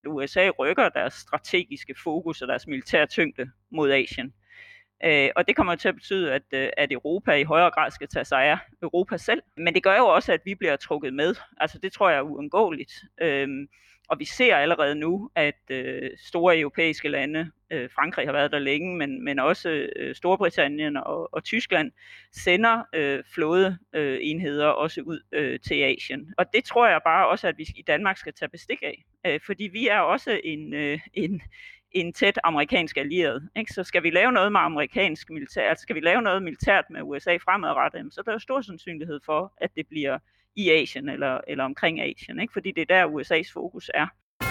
USA rykker deres strategiske fokus og deres militære tyngde mod Asien. Og det kommer til at betyde, at Europa i højere grad skal tage sig af Europa selv. Men det gør jo også, at vi bliver trukket med. Altså det tror jeg er uundgåeligt. Og vi ser allerede nu, at store europæiske lande, Frankrig har været der længe, men også Storbritannien og Tyskland, sender flådeenheder også ud til Asien. Og det tror jeg bare også, at vi i Danmark skal tage bestik af. Fordi vi er også en tæt amerikansk allieret. Ikke? Så skal vi lave noget med amerikansk militær, altså skal vi lave noget militært med USA fremadrettet, så er der jo stor sandsynlighed for, at det bliver i Asien eller omkring Asien, ikke? Fordi det er der USA's fokus er.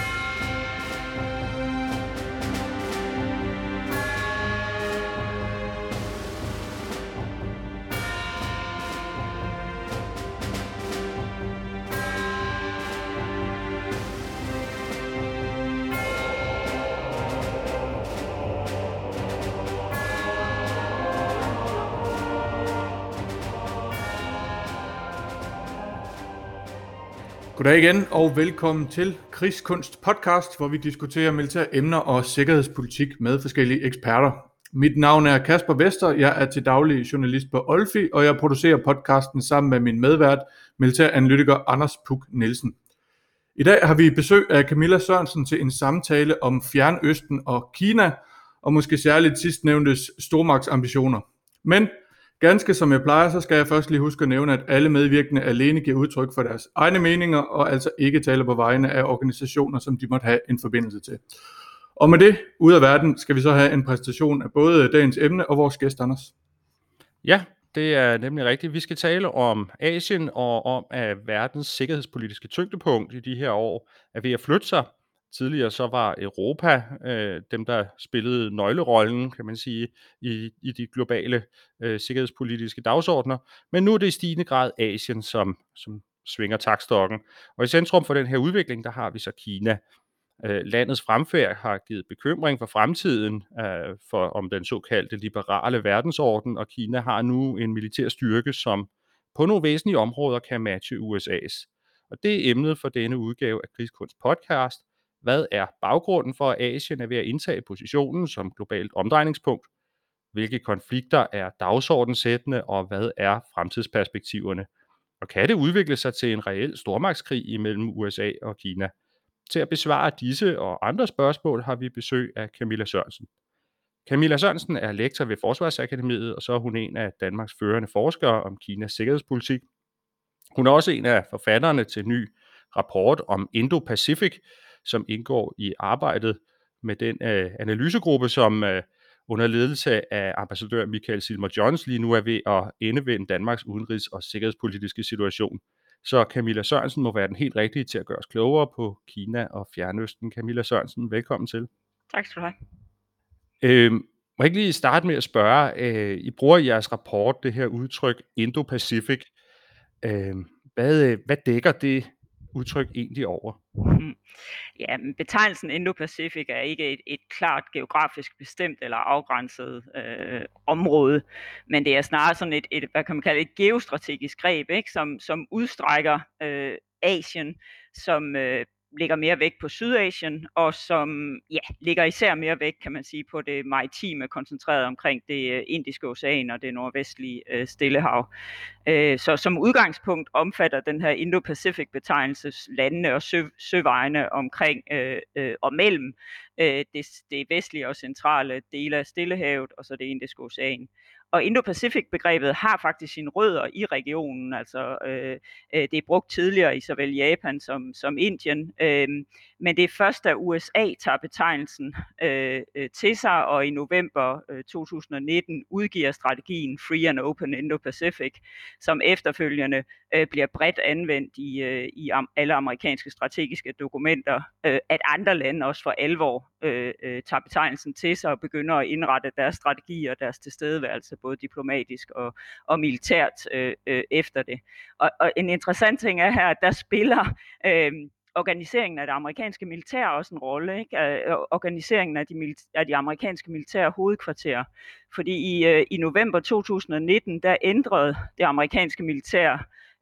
Goddag igen og velkommen til Krigskunst podcast, hvor vi diskuterer militære emner og sikkerhedspolitik med forskellige eksperter. Mit navn er Kasper Vester, jeg er til daglig journalist på Olfi, og jeg producerer podcasten sammen med min medvært, militæranalytiker Anders Puk Nielsen. I dag har vi besøg af Camilla Sørensen til en samtale om Fjernøsten og Kina, og måske særligt sidstnævntes stormagtsambitioner. Men ganske som jeg plejer, så skal jeg først lige huske at nævne, at alle medvirkende alene giver udtryk for deres egne meninger, og altså ikke taler på vegne af organisationer, som de måtte have en forbindelse til. Og med det ud af verden, skal vi så have en præsentation af både dagens emne og vores gæst, Anders. Ja, det er nemlig rigtigt. Vi skal tale om Asien og om, at verdens sikkerhedspolitiske tyngdepunkt i de her år er ved at flytte sig. Tidligere så var Europa dem, der spillede nøglerollen, kan man sige, i de globale sikkerhedspolitiske dagsordner. Men nu er det i stigende grad Asien, som svinger taktstokken. Og i centrum for den her udvikling, der har vi så Kina. Landets fremfærd har givet bekymring for fremtiden om den såkaldte liberale verdensorden, og Kina har nu en militær styrke, som på nogle væsentlige områder kan matche USA's. Og det er emnet for denne udgave af Krigskunst podcast. Hvad er baggrunden for, at Asien er ved at indtage positionen som globalt omdrejningspunkt? Hvilke konflikter er dagsordensættende, og hvad er fremtidsperspektiverne? Og kan det udvikle sig til en reel stormagtskrig imellem USA og Kina? Til at besvare disse og andre spørgsmål har vi besøg af Camilla Sørensen. Camilla Sørensen er lektor ved Forsvarsakademiet, og så er hun en af Danmarks førende forskere om Kinas sikkerhedspolitik. Hun er også en af forfatterne til en ny rapport om Indo-Pacific, som indgår i arbejdet med den analysegruppe, som under ledelse af ambassadør Michael Silmer-Jones lige nu er ved at endevende Danmarks udenrigs- og sikkerhedspolitiske situation. Så Camilla Sørensen må være den helt rigtige til at gøre os klogere på Kina og Fjernøsten. Camilla Sørensen, velkommen til. Tak skal du have. Må jeg ikke lige starte med at spørge, I bruger i jeres rapport det her udtryk Indo-Pacific. Hvad dækker det udtryk egentlig over? Ja, betegnelsen Indo-Pacific er ikke et klart geografisk bestemt eller afgrænset område, men det er snarere sådan et hvad kan man kalde et geostrategisk greb, ikke? Som udstrækker Asien, som ligger mere vægt på Sydasien, og som ligger især mere vægt, kan man sige, på det maritime, koncentreret omkring det Indiske Ocean og det nordvestlige Stillehav. Så som udgangspunkt omfatter den her Indo-Pacific betegnelse landene og søvejene omkring og mellem det vestlige og centrale dele af Stillehavet og så det Indiske Ocean. Og Indo-Pacific-begrebet har faktisk sine rødder i regionen, altså det er brugt tidligere i såvel Japan som Indien, men det er først, da USA tager betegnelsen til sig, og i november 2019 udgiver strategien Free and Open Indo-Pacific, som efterfølgende bliver bredt anvendt i alle amerikanske strategiske dokumenter, at andre lande også for alvor tager betegnelsen til sig og begynder at indrette deres strategier og deres tilstedeværelse, både diplomatisk og militært efter det. Og en interessant ting er her, at der spiller organiseringen af det amerikanske militær også en rolle, ikke? Organiseringen af de amerikanske militære hovedkvarterer. Fordi i november 2019, der ændrede det amerikanske militær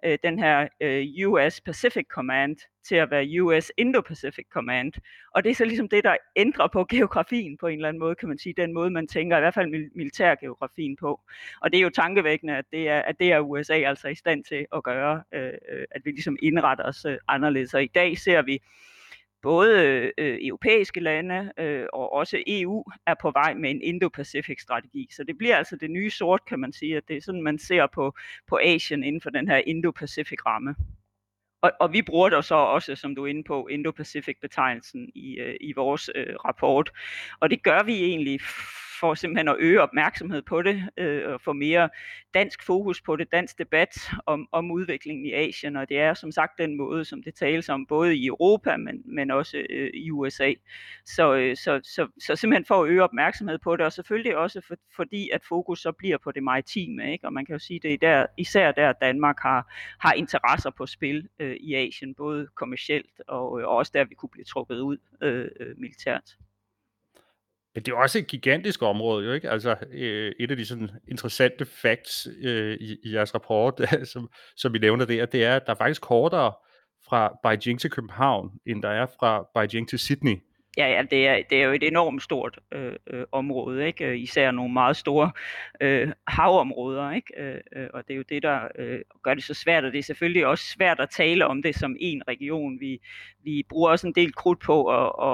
den her US Pacific Command til at være US Indo-Pacific Command. Og det er så ligesom det, der ændrer på geografien på en eller anden måde, kan man sige, den måde, man tænker, i hvert fald militærgeografien på. Og det er jo tankevækkende, at det er USA altså i stand til at gøre, at vi ligesom indretter os anderledes. Og i dag ser vi både europæiske lande og også EU er på vej med en Indo-Pacific-strategi. Så det bliver altså det nye sort, kan man sige, at det er sådan, man ser på Asien inden for den her Indo-Pacific-ramme. Og vi bruger der så også, som du er inde på, Indo-Pacific-betegnelsen i vores rapport. Og det gør vi egentlig for simpelthen at øge opmærksomhed på det, og få mere dansk fokus på det, dansk debat om udviklingen i Asien, og det er som sagt den måde, som det tales om, både i Europa, men også i USA. Så simpelthen for at øge opmærksomhed på det, og selvfølgelig også fordi, at fokus så bliver på det maritime, ikke? Og man kan jo sige, det er især der Danmark har interesser på spil i Asien, både kommercielt og også der, vi kunne blive trukket ud militært. Men det er også et gigantisk område, jo ikke? Altså et af de sådan interessante facts i jeres rapport, som vi nævner der, det er, at der er faktisk kortere fra Beijing til København, end der er fra Beijing til Sydney. Ja, det er jo et enormt stort område, ikke? Især nogle meget store havområder, ikke? Og det er jo det, der gør det så svært, og det er selvfølgelig også svært at tale om det som en region. Vi bruger også en del krudt på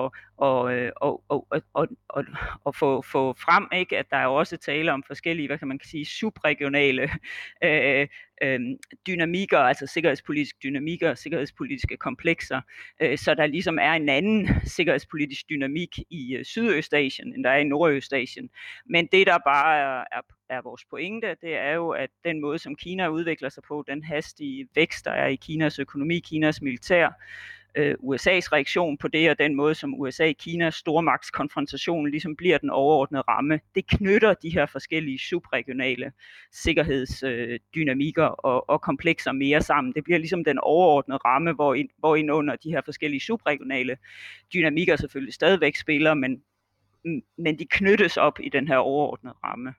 at få frem, ikke? At der er også tale om forskellige, hvad kan man sige, subregionale dynamikker, altså sikkerhedspolitiske dynamikker, sikkerhedspolitiske komplekser, så der ligesom er en anden sikkerhedspolitisk dynamik i Sydøstasien, end der er i Nordøstasien. Men det, der bare er vores pointe, det er jo, at den måde, som Kina udvikler sig på, den hastige vækst, der er i Kinas økonomi, Kinas militær, USA's reaktion på det, og den måde, som USA-Kinas stormagtskonfrontation ligesom bliver den overordnede ramme, det knytter de her forskellige subregionale sikkerhedsdynamikker og komplekser mere sammen. Det bliver ligesom den overordnede ramme, hvor under de her forskellige subregionale dynamikker selvfølgelig stadigvæk spiller, men de knyttes op i den her overordnede ramme.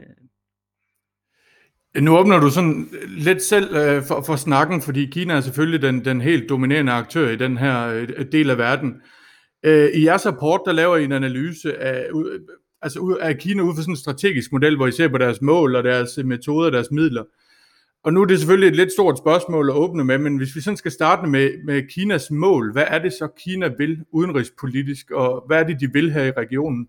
Nu åbner du sådan lidt selv for snakken, fordi Kina er selvfølgelig den helt dominerende aktør i den her del af verden. I jeres rapport, der laver I en analyse af Kina ud fra sådan en strategisk model, hvor I ser på deres mål og deres metoder og deres midler. Og nu er det selvfølgelig et lidt stort spørgsmål at åbne med, men hvis vi sådan skal starte med Kinas mål, hvad er det så Kina vil udenrigspolitisk, og hvad er det, de vil her i regionen?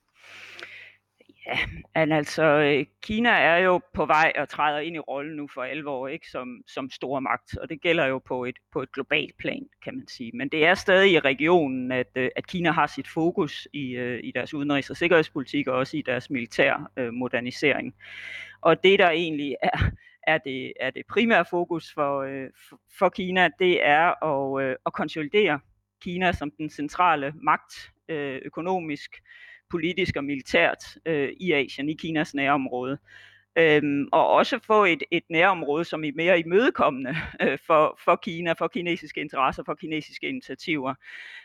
Ja, men altså Kina er jo på vej og træder ind i rollen nu for alvor, ikke, som stormagt, og det gælder jo på et globalt plan, kan man sige. Men det er stadig i regionen, at Kina har sit fokus i deres udenrigs- og sikkerhedspolitik, og også i deres militær modernisering. Og det, der egentlig er det primære fokus for Kina, det er at konsolidere Kina som den centrale magt, økonomisk, politisk og militært i Asien, i Kinas nærområde. Og også få et nærområde, som er mere imødekommende for Kina, for kinesiske interesser, for kinesiske initiativer.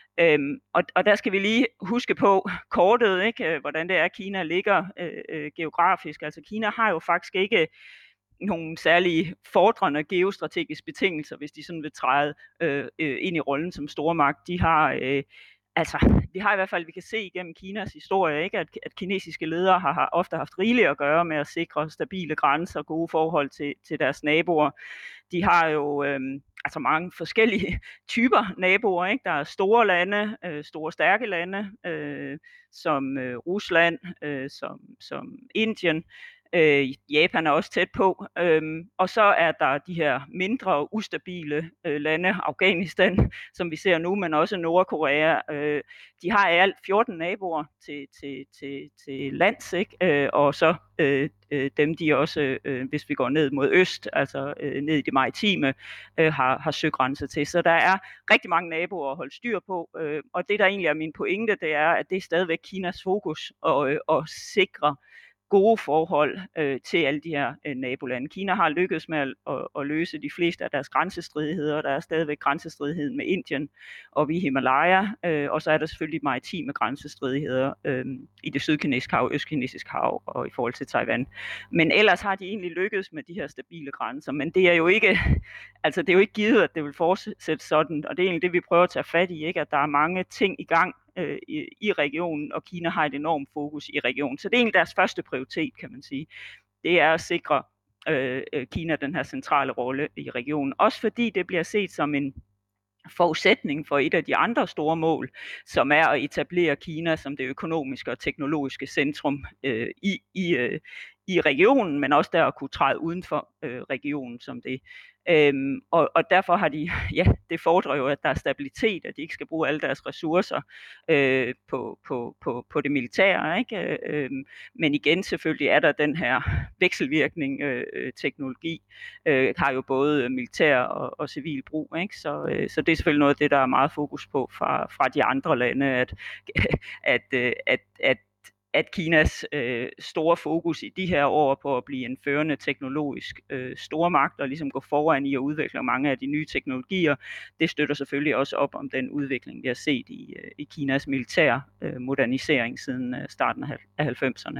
Og der skal vi lige huske på kortet, ikke, hvordan det er, Kina ligger geografisk. Altså Kina har jo faktisk ikke nogle særlige fordrende geostrategiske betingelser, hvis de sådan vil træde ind i rollen som stormagt. De har vi har i hvert fald, vi kan se igennem Kinas historie, ikke, at kinesiske ledere har ofte haft rigeligt at gøre med at sikre stabile grænser og gode forhold til deres naboer. De har jo mange forskellige typer naboer, ikke? Der er store lande, store stærke lande, som Rusland, som Indien. Japan er også tæt på, og så er der de her mindre ustabile lande, Afghanistan, som vi ser nu, men også Nordkorea. De har i alt 14 naboer til lands, ikke? Og så dem, de også, hvis vi går ned mod øst, altså ned i det maritime, har søgrænser til. Så der er rigtig mange naboer at holde styr på, og det, der egentlig er min pointe, det er, at det er stadigvæk Kinas fokus at sikre gode forhold til alle de her nabolande. Kina har lykkedes med at løse de fleste af deres grænsestridigheder. Der er stadigvæk grænsestridigheden med Indien og i Himalaya, og så er der selvfølgelig maritime grænsestridigheder i det sydkinesiske hav, østkinesiske hav og i forhold til Taiwan. Men ellers har de egentlig lykkedes med de her stabile grænser, men det er jo ikke, altså det er jo ikke givet, at det vil fortsætte sådan, og det er egentlig det, vi prøver at tage fat i, ikke? At der er mange ting i gang i regionen, og Kina har et enormt fokus i regionen. Så det er egentlig deres første prioritet, kan man sige. Det er at sikre Kina den her centrale rolle i regionen. Også fordi det bliver set som en forudsætning for et af de andre store mål, som er at etablere Kina som det økonomiske og teknologiske centrum i regionen, men også der at kunne træde uden for regionen som det. Og derfor har de, ja, det fordrer jo, at der er stabilitet, at de ikke skal bruge alle deres ressourcer på det militære, ikke? Men igen, selvfølgelig er der den her vekselvirkning, teknologi har jo både militær og civil brug, ikke? Så det er selvfølgelig noget af det, der er meget fokus på fra de andre lande, at Kinas store fokus i de her år på at blive en førende teknologisk stormagt og ligesom gå foran i at udvikle mange af de nye teknologier, det støtter selvfølgelig også op om den udvikling, vi har set i Kinas militær modernisering siden starten af 90'erne.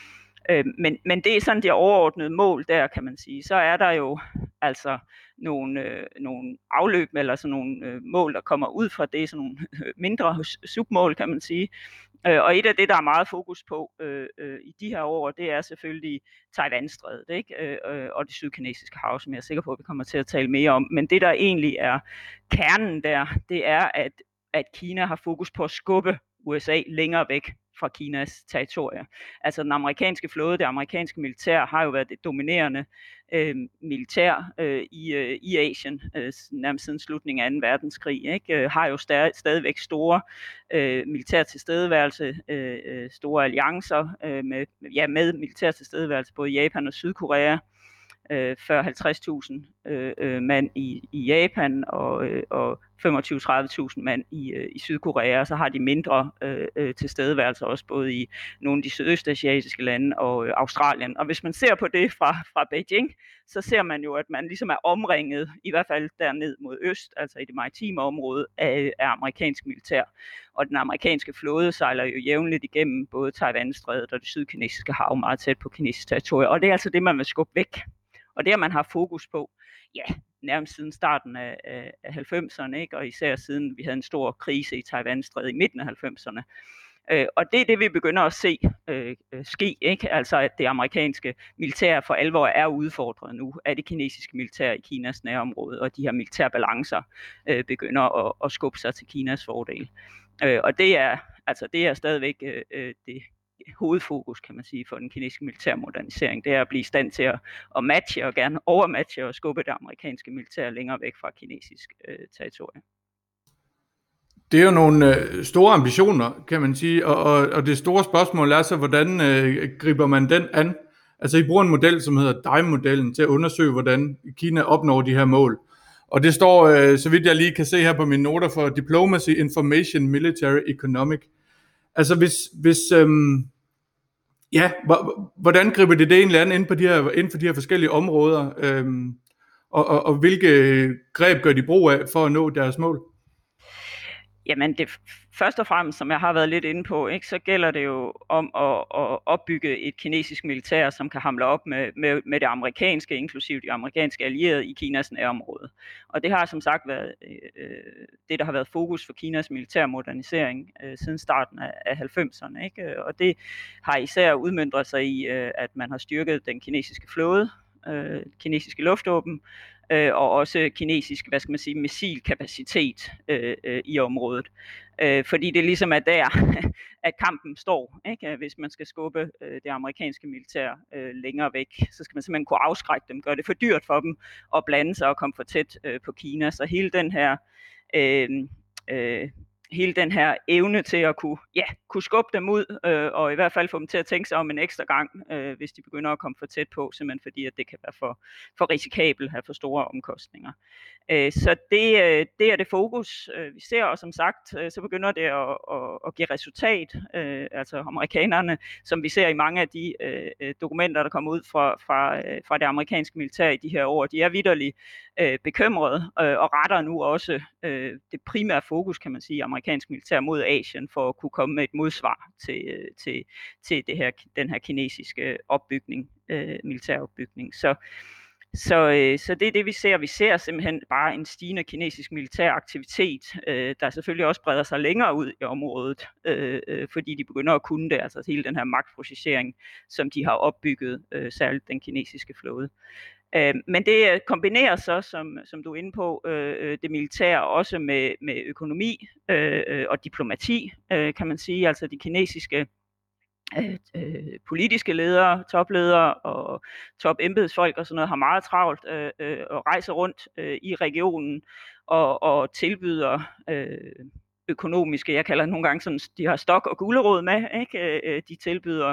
Men det er sådan de overordnede mål der, kan man sige. Så er der jo altså nogle afløb, eller sådan nogle mål, der kommer ud fra det, sådan nogle mindre submål, kan man sige. Og et af det, der er meget fokus på i de her år, det er selvfølgelig Taiwan-strædet, ikke? Og det sydkinesiske hav, som jeg er sikker på, at vi kommer til at tale mere om. Men det, der egentlig er kernen der, det er, at Kina har fokus på at skubbe USA længere væk fra Kinas territorier. Altså den amerikanske flåde, det amerikanske militær, har jo været det dominerende militær i Asien, nærmest siden slutningen af 2. verdenskrig, ikke? Har jo stadigvæk store militær tilstedeværelse, store alliancer med militær tilstedeværelse både i Japan og Sydkorea. Før 50.000 mand i Japan og 25-30.000 mand i Sydkorea, og så har de mindre tilstedeværelser også både i nogle af de sydøstasiatiske lande og Australien. Og hvis man ser på det fra Beijing, så ser man jo, at man ligesom er omringet, i hvert fald derned mod øst, altså i det maritime område, af amerikansk militær. Og den amerikanske flåde sejler jo jævnligt igennem både Taiwan-strædet og det sydkinesiske hav meget tæt på kinesisk territorium. Og det er altså det, man vil skubbe væk. Og det har man haft fokus på, ja, nærmest siden starten af 90'erne, ikke? Og især siden vi havde en stor krise i Taiwan-strædet i midten af 90'erne. Og det er det, vi begynder at se ske, ikke? Altså at det amerikanske militær for alvor er udfordret nu af det kinesiske militær i Kinas nærområde, og de her militære balancer begynder at skubbe sig til Kinas fordel. Og det er stadigvæk det hovedfokus, kan man sige, for den kinesiske militærmodernisering. Det er at blive i stand til at matche og gerne overmatche og skubbe det amerikanske militær længere væk fra kinesisk territorium. Det er jo nogle store ambitioner, kan man sige, og det store spørgsmål er så, hvordan griber man den an? Altså I bruger en model, som hedder DIME-modellen, til at undersøge, hvordan Kina opnår de her mål. Og det står, så vidt jeg lige kan se her på mine noter, for Diplomacy, Information, Military, Economic. Altså hvordan griber det egentlig an inden for de her forskellige områder, og hvilke greb gør de brug af for at nå deres mål? Jamen det først og fremmest, som jeg har været lidt inde på, ikke, så gælder det jo om at opbygge et kinesisk militær, som kan hamle op med det amerikanske, inklusive de amerikanske allierede i Kinas nærområde. Og det har som sagt været det, der har været fokus for Kinas militærmodernisering siden starten af 90'erne. Ikke? Og det har især udmøntet sig i, at man har styrket den kinesiske flåde, kinesiske luftvåben, og også kinesisk, missilkapacitet i området. Fordi det ligesom er der, at kampen står, ikke? Hvis man skal skubbe det amerikanske militær længere væk, så skal man simpelthen kunne afskrække dem, gøre det for dyrt for dem at blande sig og komme for tæt på Kina. Så hele den her hele den her evne til at kunne skubbe dem ud, og i hvert fald få dem til at tænke sig om en ekstra gang, hvis de begynder at komme for tæt på, simpelthen fordi, at det kan være for risikabelt, have for store omkostninger. Så det er det fokus, vi ser, og som sagt, så begynder det at give resultat. Altså amerikanerne, som vi ser i mange af de dokumenter, der kommer ud fra det amerikanske militær i de her år, de er vitterligt bekymrede og retter nu også det primære fokus, kan man sige, amerikansk militær mod Asien, for at kunne komme med et modsvar til den her kinesiske opbygning, militæropbygning. Så det er det, vi ser. Vi ser simpelthen bare en stigende kinesisk militær aktivitet, der selvfølgelig også breder sig længere ud i området, fordi de begynder at kunne det, altså hele den her magtprojicering, som de har opbygget, særligt den kinesiske flåde. Men det kombinerer så, som du er inde på, det militære også med økonomi og diplomati, kan man sige. Altså de kinesiske politiske ledere, topledere og topembedsfolk og sådan noget har meget travlt og rejser rundt i regionen og tilbyder økonomiske, jeg kalder det nogle gange sådan, de har stok og gulerod med, ikke? De tilbyder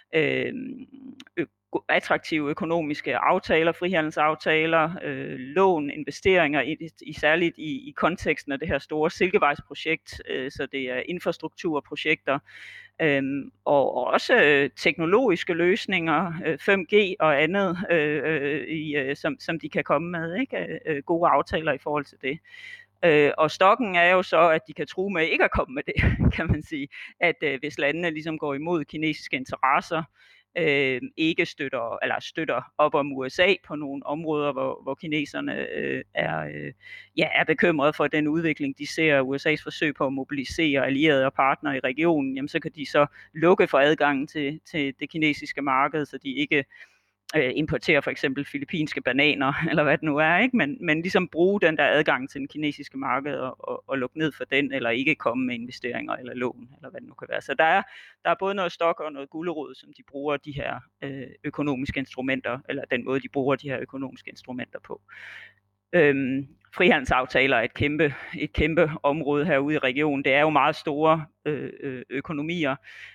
attraktive økonomiske aftaler, frihandelsaftaler, lån, investeringer, særligt i konteksten af det her store Silkevejsprojekt, så det er infrastrukturprojekter, og også teknologiske løsninger, 5G og andet, som de kan komme med, ikke? Gode aftaler i forhold til det. Og stokken er jo så, at de kan true med ikke at komme med det, kan man sige. At hvis landene ligesom går imod kinesiske interesser, ikke støtter op om USA på nogle områder, hvor kineserne er bekymrede for den udvikling, de ser USA's forsøg på at mobilisere allierede og partnere i regionen, jamen så kan de så lukke for adgangen til det kinesiske marked, så de ikke importere for eksempel filippinske bananer, eller hvad det nu er, ikke? Men ligesom bruge den der adgang til den kinesiske marked og lukke ned for den, eller ikke komme med investeringer eller lån, eller hvad det nu kan være. Så der er både noget stok og noget gulerod, som de bruger de her økonomiske instrumenter, eller den måde, de bruger de her økonomiske instrumenter på. Frihandelsaftaler er et kæmpe område herude i regionen. Det er jo meget store økonomier,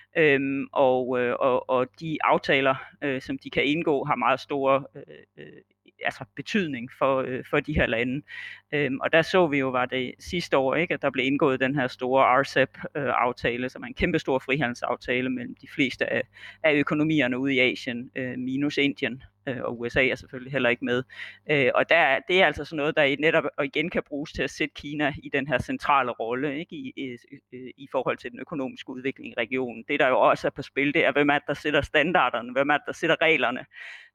og de aftaler, som de kan indgå, har meget store betydning for de her lande. Og der så vi jo, var det sidste år, ikke, at der blev indgået den her store RCEP-aftale, som er en kæmpe stor frihandelsaftale mellem de fleste af økonomierne ude i Asien, minus Indien, og USA er selvfølgelig heller ikke med. Og det er altså sådan noget, der netop og igen kan bruges til at sætte Kina i den her centrale rolle, ikke, i forhold til den økonomiske udvikling i regionen. Det, der jo også er på spil, det er, hvem er det, der sætter standarderne, hvem er det, der sætter reglerne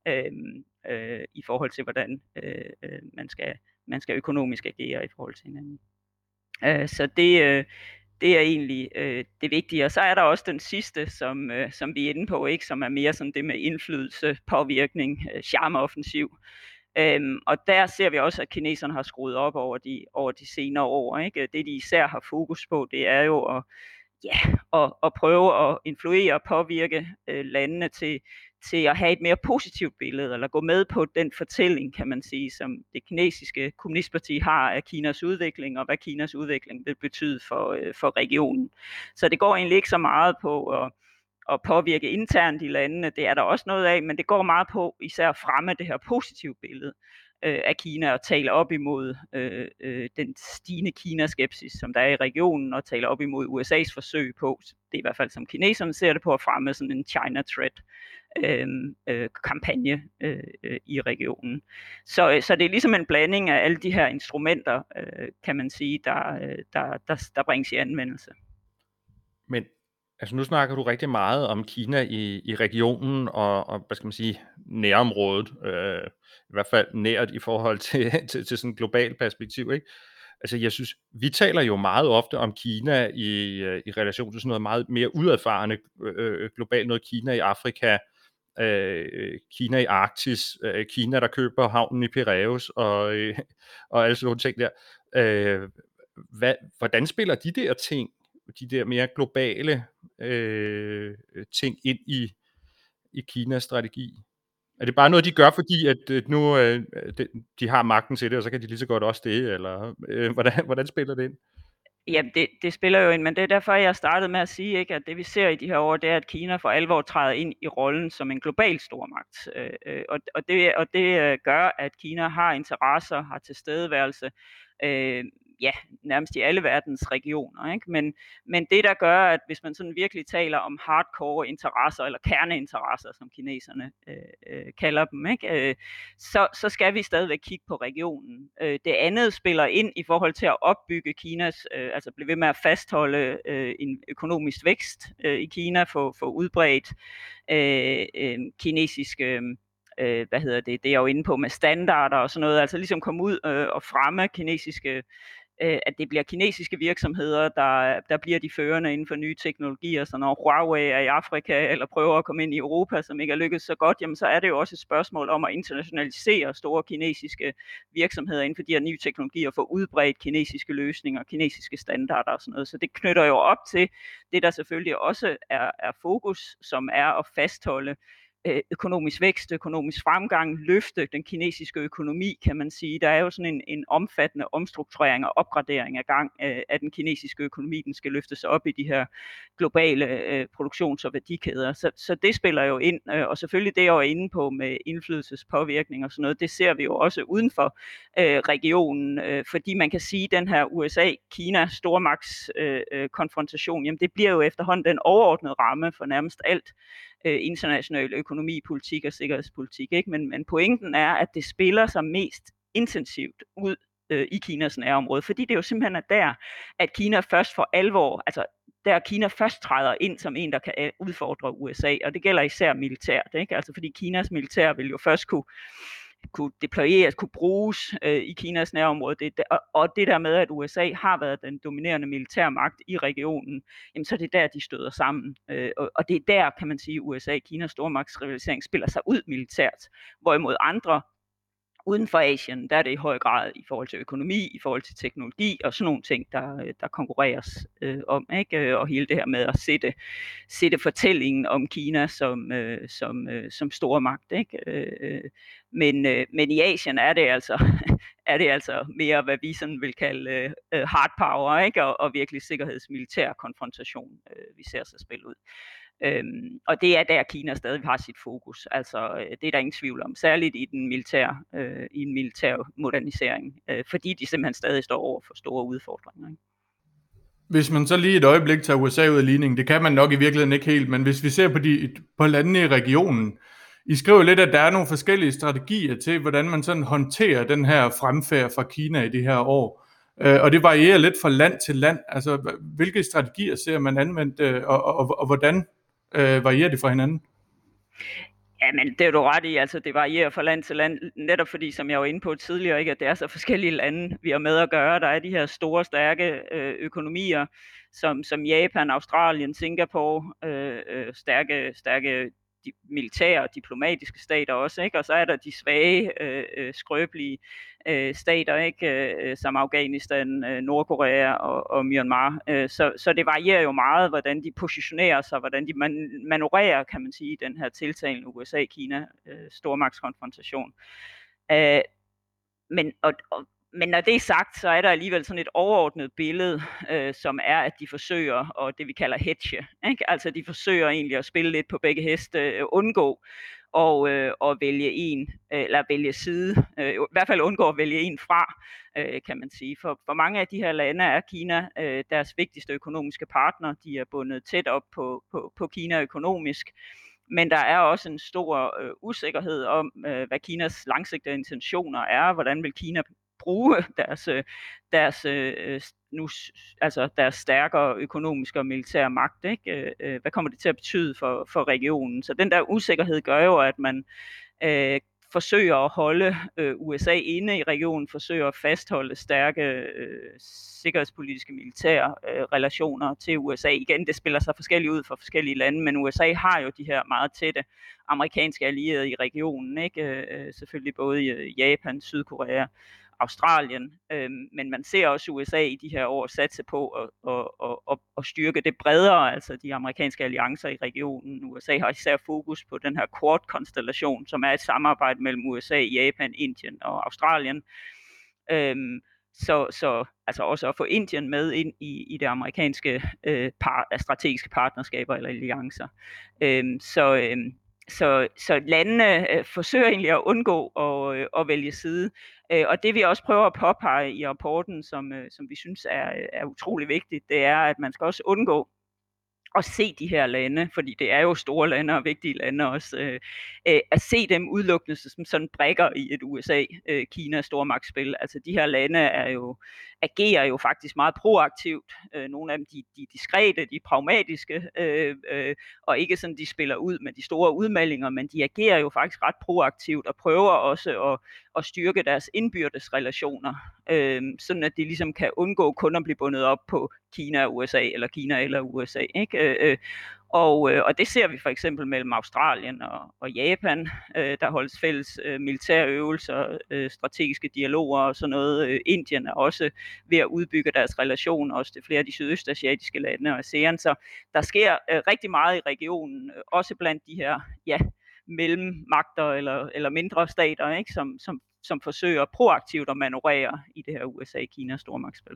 i forhold til, hvordan man skal økonomisk agere i forhold til hinanden. Så det er egentlig det vigtige. Og så er der også den sidste, som vi er inde på, ikke, som er mere sådan det med indflydelse, påvirkning, charmeoffensiv. Og der ser vi også, at kineserne har skruet op over de senere år, ikke? Det de især har fokus på, det er jo at prøve at influere og påvirke landene til at have et mere positivt billede, eller gå med på den fortælling, kan man sige, som det kinesiske kommunistparti har af Kinas udvikling, og hvad Kinas udvikling vil betyde for regionen. Så det går egentlig ikke så meget på at påvirke internt i landene, det er der også noget af, men det går meget på især at fremme det her positive billede af Kina og tale op imod den stigende Kina-skepsis, som der er i regionen, og tale op imod USA's forsøg på, det er i hvert fald som kineserne ser det på, at fremme sådan en China Threat kampagne i regionen. Så det er ligesom en blanding af alle de her instrumenter, kan man sige, der bringes i anvendelse. Men altså nu snakker du rigtig meget om Kina i regionen og hvad skal man sige, nærområdet, i hvert fald nært i forhold til sådan et globalt perspektiv, ikke? Altså jeg synes, vi taler jo meget ofte om Kina i relation til sådan noget meget mere udadfarende globalt, noget Kina i Afrika, Kina i Arktis, Kina der køber havnen i Piraeus og alle sådan nogle ting der. Hvordan spiller de der ting, de der mere globale ting ind i Kinas strategi? Er det bare noget, de gør, fordi at nu de har magten til det, og så kan de lige så godt også det, eller hvordan spiller det ind? Jamen, det spiller jo ind, men det er derfor, jeg startede med at sige, ikke, at det vi ser i de her år, det er, at Kina for alvor træder ind i rollen som en global stormagt. Og det gør, at Kina har interesser, har tilstedeværelse, ja, nærmest i alle verdens regioner. Ikke? Men det, der gør, at hvis man sådan virkelig taler om hardcore interesser, eller kerneinteresser, som kineserne kalder dem, ikke? Så skal vi stadigvæk kigge på regionen. Det andet spiller ind i forhold til at opbygge Kinas, altså blive ved med at fastholde en økonomisk vækst i Kina, få udbredt kinesiske det er jeg jo inde på med standarder og sådan noget, altså ligesom komme ud og fremme kinesiske, at det bliver kinesiske virksomheder, der bliver de førende inden for nye teknologier, så når Huawei er i Afrika eller prøver at komme ind i Europa, som ikke er lykkedes så godt, jamen så er det jo også et spørgsmål om at internationalisere store kinesiske virksomheder inden for de her nye teknologier, få udbredt kinesiske løsninger, kinesiske standarder og sådan noget. Så det knytter jo op til det, der selvfølgelig også er fokus, som er at fastholde økonomisk vækst, økonomisk fremgang, løfte den kinesiske økonomi, kan man sige. Der er jo sådan en omfattende omstrukturering og opgradering af gang af den kinesiske økonomi. Den skal løftes op i de her globale produktions- og værdikæder. Så det spiller jo ind, og selvfølgelig det, jeg var inde på med indflydelsespåvirkning og sådan noget, det ser vi jo også uden for regionen, fordi man kan sige, at den her USA-Kina stormagtskonfrontation, jamen det bliver jo efterhånden den overordnede ramme for nærmest alt international økonomi, politik og sikkerhedspolitik. Ikke? Men pointen er, at det spiller sig mest intensivt ud i Kinas nærområde, fordi det jo simpelthen er der, at Kina først for alvor, altså der Kina først træder ind som en, der kan udfordre USA, og det gælder især militært, ikke? Altså fordi Kinas militær vil jo først kunne deployeres, kunne bruges i Kinas nærområde. Og det der med, at USA har været den dominerende militærmagt i regionen, jamen så er det der, de støder sammen. Og det er der, kan man sige, USA-Kinas stormagtsrivalisering spiller sig ud militært, hvorimod andre uden for Asien, der er det i høj grad i forhold til økonomi, i forhold til teknologi og sådan nogle ting, der konkurreres om, ikke? Og hele det her med at sætte fortællingen om Kina som stormagt, ikke? Men i Asien er det altså mere, hvad vi sådan vil kalde hard power, ikke? Og virkelig sikkerhedsmilitær konfrontation, vi ser sig spille ud. Og det er der, Kina stadig har sit fokus. Altså, det er der ingen tvivl om, særligt i en militær modernisering, fordi de simpelthen stadig står over for store udfordringer. Ikke? Hvis man så lige et øjeblik tager USA ud af ligningen, det kan man nok i virkeligheden ikke helt, men hvis vi ser på landene i regionen, I skriver lidt, at der er nogle forskellige strategier til, hvordan man sådan håndterer den her fremfærd fra Kina i de her år. Og det varierer lidt fra land til land. Altså, hvilke strategier ser man anvendt, og hvordan varierer det fra hinanden? Ja, men det er du ret i, altså det varierer fra land til land, netop fordi, som jeg var inde på tidligere, ikke, at det er så forskellige lande, vi har med at gøre. Der er de her store, stærke økonomier, som Japan, Australien, Singapore, stærke militære og diplomatiske stater også, ikke? Og så er der de svage, skrøbelige stater, ikke? Som Afghanistan, Nordkorea og Myanmar. Så det varierer jo meget, hvordan de positionerer sig, hvordan de manøvrerer, kan man sige, den her tiltagende USA-Kina stormagtskonfrontation. Men når det er sagt, så er der alligevel sådan et overordnet billede, som er, at de forsøger, og det vi kalder hedge, ikke? Altså de forsøger egentlig at spille lidt på begge heste, undgå og vælge en, eller vælge side, i hvert fald undgå at vælge en fra, kan man sige. For mange af de her lande er Kina deres vigtigste økonomiske partner. De er bundet tæt op på Kina økonomisk. Men der er også en stor usikkerhed om, hvad Kinas langsigtede intentioner er. Hvordan vil Kina bruge deres stærkere økonomiske og militære magt, ikke? Hvad kommer det til at betyde for regionen? Så den der usikkerhed gør jo, at man forsøger at holde USA inde i regionen, forsøger at fastholde stærke sikkerhedspolitiske militære relationer til USA. Igen, det spiller sig forskelligt ud for forskellige lande, men USA har jo de her meget tætte amerikanske allierede i regionen, ikke? Selvfølgelig både i Japan, Sydkorea, Australien, men man ser også USA i de her år satse på at styrke det bredere, altså de amerikanske alliancer i regionen. USA har især fokus på den her Quad-konstellation, som er et samarbejde mellem USA, Japan, Indien og Australien. så altså også at få Indien med ind i det amerikanske strategiske partnerskaber eller alliancer. Så landene forsøger egentlig at undgå at vælge side. Og det vi også prøver at påpege i rapporten, som vi synes er utrolig vigtigt, det er, at man skal også undgå at se de her lande, fordi det er jo store lande og vigtige lande også, at se dem udelukkende som sådan brikker i et USA-Kina stormagtsspil. Altså de her lande agerer jo faktisk meget proaktivt. Nogle af dem de er diskrete, de er pragmatiske, og ikke sådan de spiller ud med de store udmeldinger, men de agerer jo faktisk ret proaktivt og prøver også at styrke deres indbyrdes relationer, sådan at de ligesom kan undgå kun at blive bundet op på Kina og USA, eller Kina eller USA, ikke? Og det ser vi for eksempel mellem Australien og Japan. Der holdes fælles militærøvelser, strategiske dialoger og sådan noget. Indien er også ved at udbygge deres relationer også til flere af de sydøstasiatiske lande og ASEAN. Så der sker rigtig meget i regionen, også blandt de her mellemmagter eller mindre stater, ikke? Som forsøger proaktivt at manøvrere i det her USA-Kina stormagtsspil.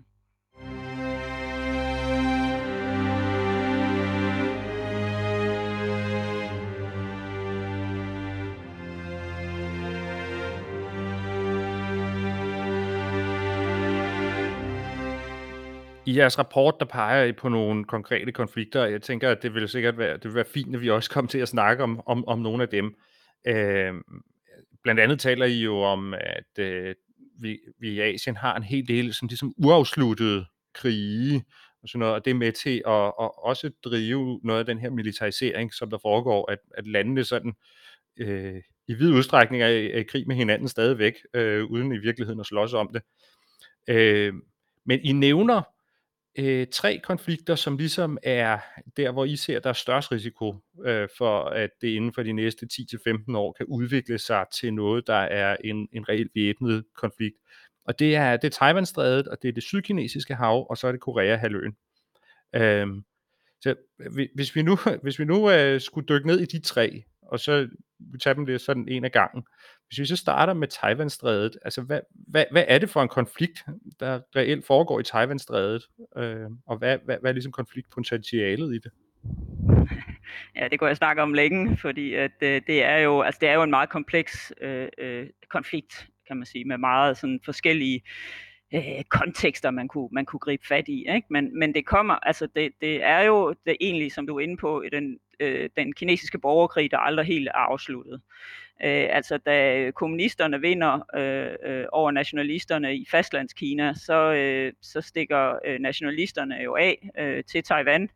I jeres rapport, der peger I på nogle konkrete konflikter, og jeg tænker, at det vil være fint, at vi også kommer til at snakke om nogle af dem. Blandt andet taler I jo om, at vi i Asien har en hel del sådan ligesom uafsluttede krige, og sådan noget, og det er med til at også drive noget af den her militarisering, som der foregår, at landene sådan i vid udstrækning er i krig med hinanden stadigvæk, uden i virkeligheden at slås om det. Men I nævner 3 konflikter, som ligesom er der, hvor I ser, der er størst risiko for, at det inden for de næste 10-15 år kan udvikle sig til noget, der er en reelt væbnet konflikt. Og det er Taiwanstrædet, og det er det sydkinesiske hav, og så er det Korea-halvøen. Så hvis vi nu skulle dykke ned i de 3, og så tage dem lidt sådan en af gangen. Hvis vi så starter med Taiwanstrædet, altså hvad er det for en konflikt, der reelt foregår i Taiwanstrædet, og hvad er ligesom konfliktpotentialet i det? Ja, det kunne jeg snakke om længe, fordi at det er jo en meget kompleks konflikt, kan man sige, med meget sådan forskellige kontekster, man kunne gribe fat i, ikke? Men det kommer, altså det er jo det egentlig, som du er inde på, den kinesiske borgerkrig, der aldrig helt er afsluttet. Altså da kommunisterne vinder over nationalisterne i fastlandskina, så stikker nationalisterne jo af til Taiwan,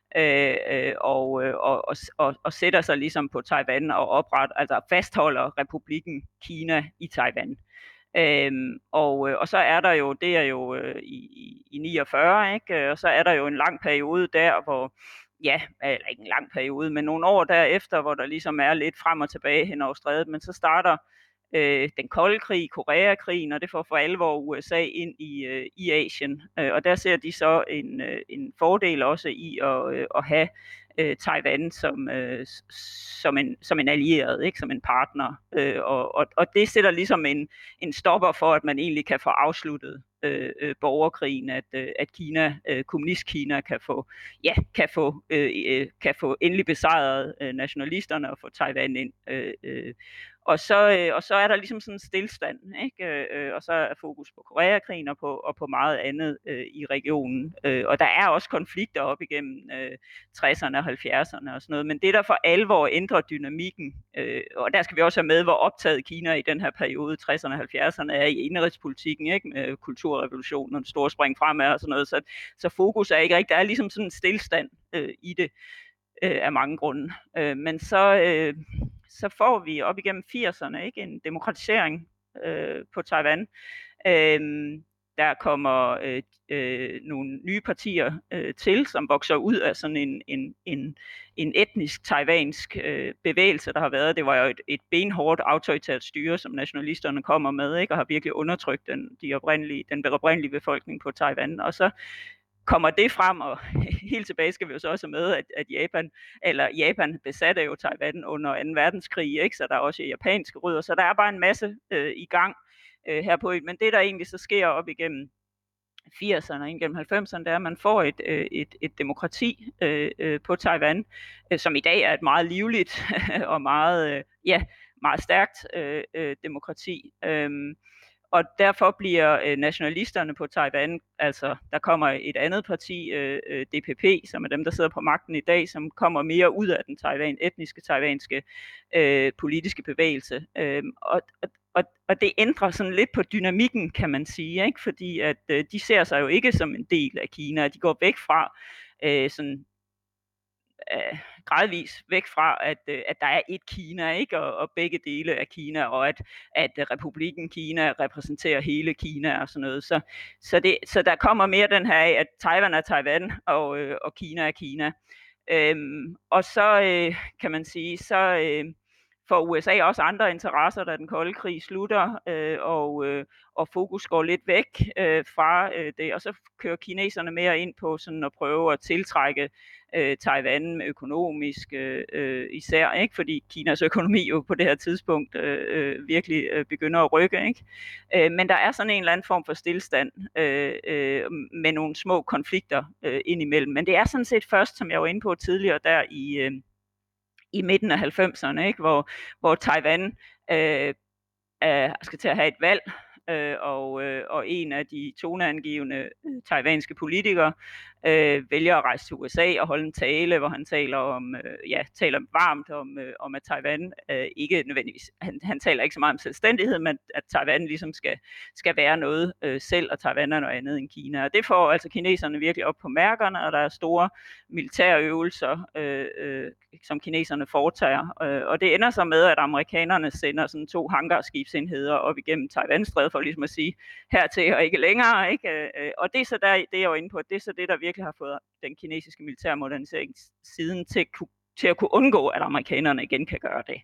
og sætter sig ligesom på Taiwan og fastholder republikken Kina i Taiwan. Og så er der jo, det er jo i 49, ikke? Og så er der jo en lang periode der, hvor eller ikke en lang periode, men nogle år derefter, hvor der ligesom er lidt frem og tilbage hen over strædet, men så starter den kolde krig, Koreakrigen, og det får for alvor USA ind i Asien. Og der ser de så en fordel også i at have Taiwan som en allieret, ikke, som en partner. Og det sætter ligesom en stopper for, at man egentlig kan få afsluttet borgerkrigen, at Kina, kommunist-Kina kan få endelig besejret nationalisterne og få Taiwan ind. Og så er der ligesom sådan en stillstand, ikke? Og så er fokus på Koreakrigen og på meget andet i regionen. Og der er også konflikter op igennem 60'erne og 70'erne og sådan noget, men det der for alvor ændrer dynamikken, og der skal vi også have med, hvor optaget Kina i den her periode, 60'erne og 70'erne, er i indenrigspolitikken, ikke? Med kulturrevolutionen og den store spring fremad og sådan noget, så fokus er ikke rigtigt, der er ligesom sådan en stillstand i det af mange grunde. Men så får vi op igennem 80'erne, ikke, en demokratisering på Taiwan. Der kommer nogle nye partier til, som vokser ud af sådan en etnisk taiwansk bevægelse, der har været. Det var jo et benhårdt autoritært styre, som nationalisterne kommer med, ikke, og har virkelig undertrykt den oprindelige befolkning på Taiwan. Og så kommer det frem, og helt tilbage skal vi jo så også med, at Japan besatte jo Taiwan under 2. verdenskrig, ikke? Så der er også japanske rødder, så der er bare en masse i gang. herpå. Men det, der egentlig så sker op igennem 80'erne og igennem 90'erne, det er, at man får et demokrati på Taiwan, som i dag er et meget livligt og meget stærkt demokrati. Og derfor bliver nationalisterne på Taiwan, altså der kommer et andet parti, DPP, som er dem, der sidder på magten i dag, som kommer mere ud af den etniske taiwanske politiske bevægelse. Og det ændrer sådan lidt på dynamikken, kan man sige, ikke? Fordi at de ser sig jo ikke som en del af Kina, de går væk fra gradvis væk fra, at der er et Kina, ikke? Og begge dele af Kina, og at Republikken Kina repræsenterer hele Kina og sådan noget. Så der kommer mere den her af, at Taiwan er Taiwan, og Kina er Kina. Og så kan man sige, for USA også andre interesser, da den kolde krig slutter, og fokus går lidt væk fra det, og så kører kineserne mere ind på sådan at prøve at tiltrække Taiwan økonomisk især, ikke? Fordi Kinas økonomi jo på det her tidspunkt virkelig begynder at rykke, ikke? Men der er sådan en eller anden form for stillstand med nogle små konflikter indimellem. Men det er sådan set først, som jeg var inde på tidligere, der i midten af 90'erne, ikke? Hvor Taiwan skal til at have et valg, og en af de toneangivende taiwanske politikere vælger at rejse til USA og holde en tale, hvor han taler varmt om at Taiwan ikke nødvendigvis, han taler ikke så meget om selvstændighed, men at Taiwan ligesom skal være noget selv, og Taiwan er noget andet end Kina. Og det får altså kineserne virkelig op på mærkerne, og der er store militære øvelser, som kineserne foretager. Og det ender så med, at amerikanerne sender sådan 2 hangarskibsenheder op igennem Taiwanstrædet for ligesom at sige hertil og ikke længere, ikke? Og det er så der, det jeg var inde på, det er så det, der virkelig har fået den kinesiske militære modernisering siden til at kunne undgå, at amerikanerne igen kan gøre det.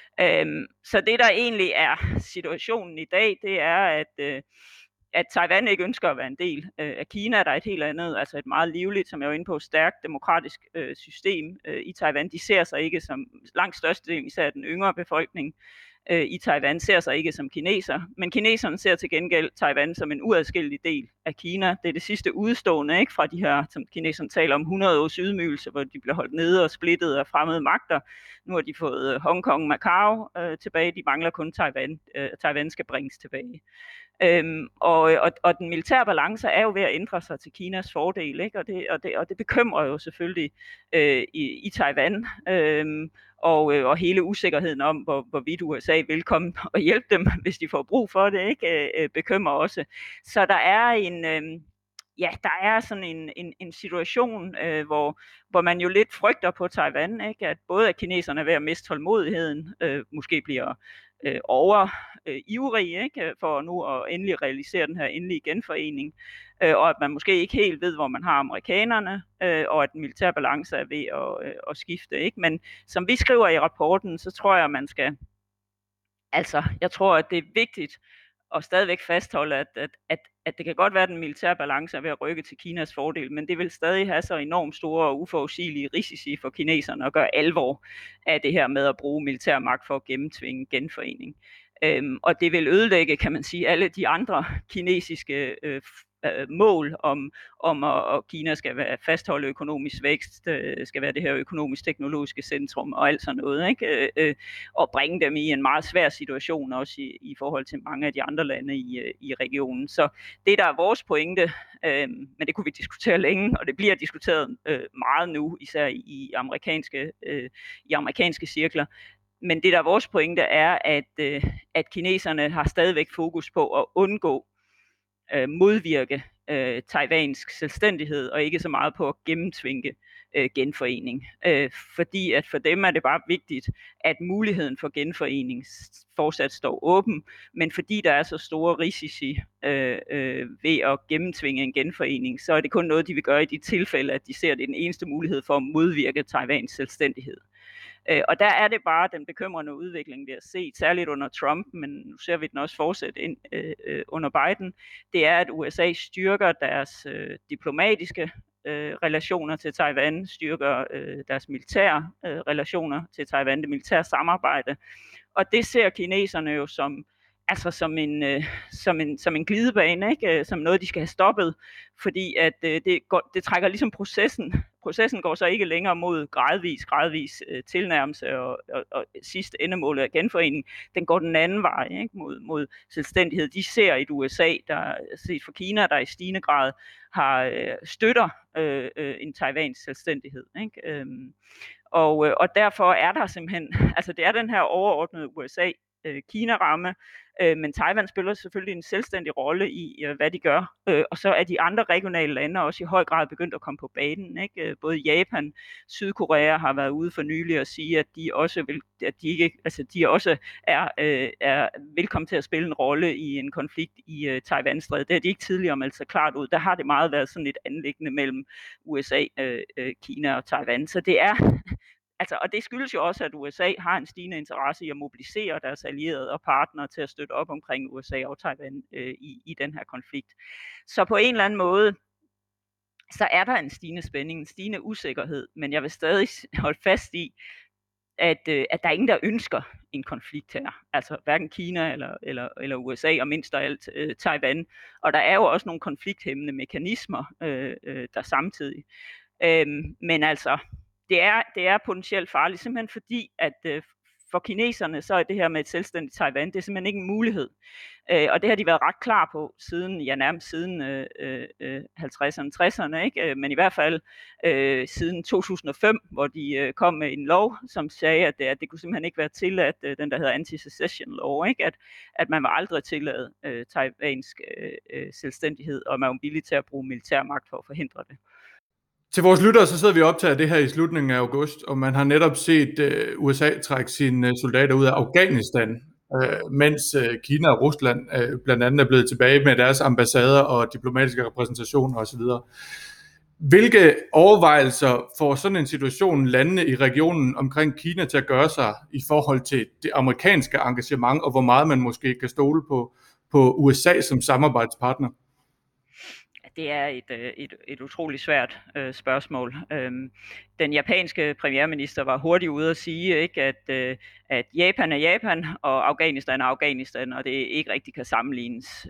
Så det, der egentlig er situationen i dag, det er, at Taiwan ikke ønsker at være en del af Kina. Der er et helt andet, altså et meget livligt, som jeg var inde på, stærkt demokratisk system i Taiwan. De ser sig ikke som, langt størstedelen, især den yngre befolkning i Taiwan, ser sig ikke som kineser, men kineserne ser til gengæld Taiwan som en uadskillelig del af Kina. Det er det sidste udstående, ikke, fra de her, som kineserne taler om, 100 års ydmygelse, hvor de blev holdt nede og splittet af fremmede magter. Nu har de fået Hongkong, Macau tilbage, de mangler kun Taiwan. Taiwan skal bringes tilbage. Og den militære balance er jo ved at ændre sig til Kinas fordel, ikke? Og det bekymrer jo selvfølgelig i Taiwan, og hele usikkerheden om, hvorvidt USA vil komme og hjælpe dem, hvis de får brug for det, ikke? Bekymrer også. Så der er sådan en situation, hvor man jo lidt frygter på Taiwan, ikke? At både at kineserne er ved at miste tålmodigheden, måske bliver ivrig, ikke? For nu at endelig realisere den her endelige genforening, og at man måske ikke helt ved, hvor man har amerikanerne, og at den militære balance er ved at skifte, ikke? Men som vi skriver i rapporten, så tror jeg, jeg tror, at det er vigtigt at stadigvæk fastholde, at det kan godt være, at den militære balance er ved at rykke til Kinas fordel, men det vil stadig have så enormt store og uforudsigelige risici for kineserne at gøre alvor af det her med at bruge militær magt for at gennemtvinge genforening. Og det vil ødelægge, kan man sige, alle de andre kinesiske mål om at Kina skal fastholde økonomisk vækst, skal være det her økonomisk-teknologiske centrum og alt sådan noget, ikke? Og bringe dem i en meget svær situation også i forhold til mange af de andre lande i regionen. Så det, der er vores pointe, men det kunne vi diskutere længe, og det bliver diskuteret meget nu, især i amerikanske cirkler. Men det, der er vores pointe, er, at kineserne har stadigvæk fokus på at undgå modvirke taiwansk selvstændighed, og ikke så meget på at gennemtvinge genforening. Fordi at for dem er det bare vigtigt, at muligheden for genforening fortsat står åben, men fordi der er så store risici ved at gennemtvinge en genforening, så er det kun noget, de vil gøre i de tilfælde, at de ser, at det er den eneste mulighed for at modvirke Taiwans selvstændighed. Og der er det bare den bekymrende udvikling, vi har set, særligt under Trump, men nu ser vi den også fortsætte ind under Biden, det er, at USA styrker deres diplomatiske relationer til Taiwan, styrker deres militære relationer til Taiwan, det militære samarbejde. Og det ser kineserne jo som altså som en glidebane, ikke? Som noget, de skal have stoppet, fordi at det trækker ligesom processen. Processen går så ikke længere mod gradvis tilnærmelse og sidste endemålet af genforening. Den går den anden vej, ikke? Mod selvstændighed. De ser et USA, der set for Kina, der i stigende grad støtter en taiwansk selvstændighed, ikke? Og derfor er der simpelthen, altså det er den her overordnede USA-Kina-ramme, men Taiwan spiller selvfølgelig en selvstændig rolle i, hvad de gør. Og så er de andre regionale lande også i høj grad begyndt at komme på banen, ikke? Både Japan, Sydkorea har været ude for nylig at sige, at de også er velkommen til at spille en rolle i en konflikt i Taiwanstrædet. Det har de ikke tidligere meldt sig klart ud. Der har det meget været sådan et anliggende mellem USA, Kina og Taiwan. Så det er og det skyldes jo også, at USA har en stigende interesse i at mobilisere deres allierede og partnere til at støtte op omkring USA og Taiwan i den her konflikt. Så på en eller anden måde, så er der en stigende spænding, en stigende usikkerhed, men jeg vil stadig holde fast i, at der er ingen, der ønsker en konflikt her. Altså hverken Kina eller USA, og mindst af alt Taiwan. Og der er jo også nogle konflikthæmmende mekanismer, der samtidig. Men altså, det er potentielt farligt, simpelthen fordi, at for kineserne, så er det her med et selvstændigt Taiwan, det er simpelthen ikke en mulighed. Og det har de været ret klar på nærmest siden 50'erne, 60'erne, ikke? Men i hvert fald siden 2005, hvor de kom med en lov, som sagde, at det kunne simpelthen ikke være tilladt, den der hedder Anti-Secession Law, ikke? At man var aldrig tillade taiwansk selvstændighed, og man var villig til at bruge militærmagt for at forhindre det. Til vores lyttere, så sidder vi optaget af det her i slutningen af august, og man har netop set USA trække sine soldater ud af Afghanistan, mens Kina og Rusland blandt andet er blevet tilbage med deres ambassader og diplomatiske repræsentationer osv. Hvilke overvejelser får sådan en situation landene i regionen omkring Kina til at gøre sig i forhold til det amerikanske engagement, og hvor meget man måske kan stole på USA som samarbejdspartner? Det er et utroligt svært spørgsmål. Den japanske premierminister var hurtigt ude at sige, ikke, at Japan er Japan, og Afghanistan er Afghanistan, og det ikke rigtig kan sammenlignes.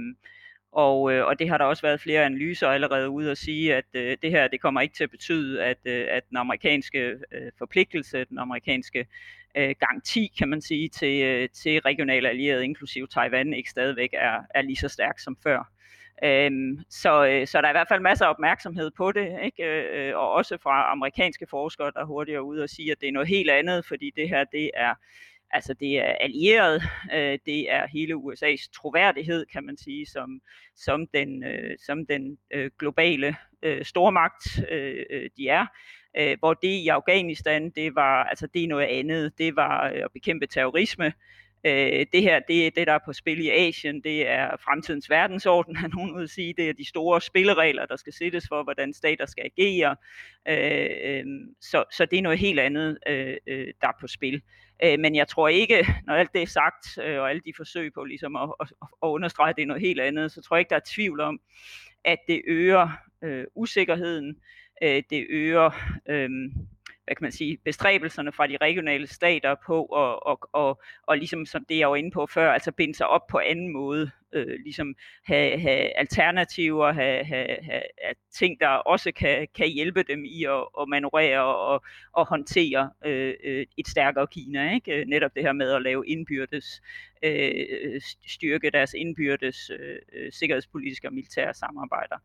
Og det har der også været flere analyser allerede ude at sige, at det her det kommer ikke til at betyde, at den amerikanske forpligtelse, den amerikanske garanti, kan man sige, til regionale allierede, inklusive Taiwan, ikke stadigvæk er lige så stærk som før. Så der er i hvert fald masser af opmærksomhed på det, ikke? Og også fra amerikanske forskere, der hurtigt er ude og sige, at det er noget helt andet, fordi det her det er allieret, det er hele USA's troværdighed, kan man sige, som den globale stormagt, de er. Hvor det i Afghanistan, det er noget andet, det var at bekæmpe terrorisme. Det her, det der er på spil i Asien, det er fremtidens verdensorden, har nogen vil sige. Det er de store spilleregler, der skal sættes for, hvordan stater skal agere. Så det er noget helt andet, der er på spil. Men jeg tror ikke, når alt det er sagt, og alle de forsøg på ligesom at understrege, at det er noget helt andet, så tror jeg ikke, der er tvivl om, at det øger usikkerheden, det øger hvad kan man sige, bestræbelserne fra de regionale stater på og ligesom som det jeg var inde på før, altså binde sig op på anden måde, ligesom have alternativer, have ting, der også kan hjælpe dem i at manøvrere og håndtere et stærkere Kina, ikke? Netop det her med at lave indbyrdes styrke deres indbyrdes sikkerhedspolitiske og militære samarbejder.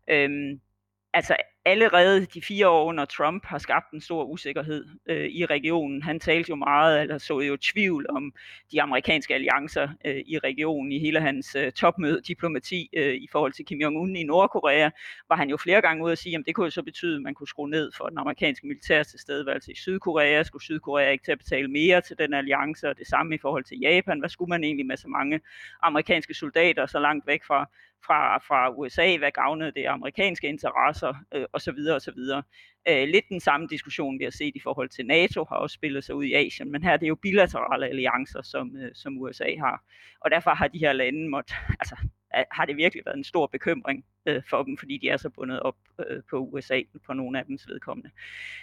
Altså allerede de 4 år under Trump har skabt en stor usikkerhed i regionen. Han talte jo meget, eller så jo tvivl om de amerikanske alliancer i regionen. I hele hans topmødediplomati i forhold til Kim Jong-un i Nordkorea, var han jo flere gange ude at sige, at det kunne jo så betyde, at man kunne skrue ned for den amerikanske militære tilstedeværelse i Sydkorea. Skulle Sydkorea ikke til at betale mere til den alliance, og det samme i forhold til Japan? Hvad skulle man egentlig med så mange amerikanske soldater så langt væk fra USA? Hvad gavnede det amerikanske interesser? Og så videre og så videre. Lidt den samme diskussion, vi har set i forhold til NATO, har også spillet sig ud i Asien, men her er det jo bilaterale alliancer, som USA har. Og derfor har de her lande har det virkelig været en stor bekymring for dem, fordi de er så bundet op på USA på nogle af dems vedkommende.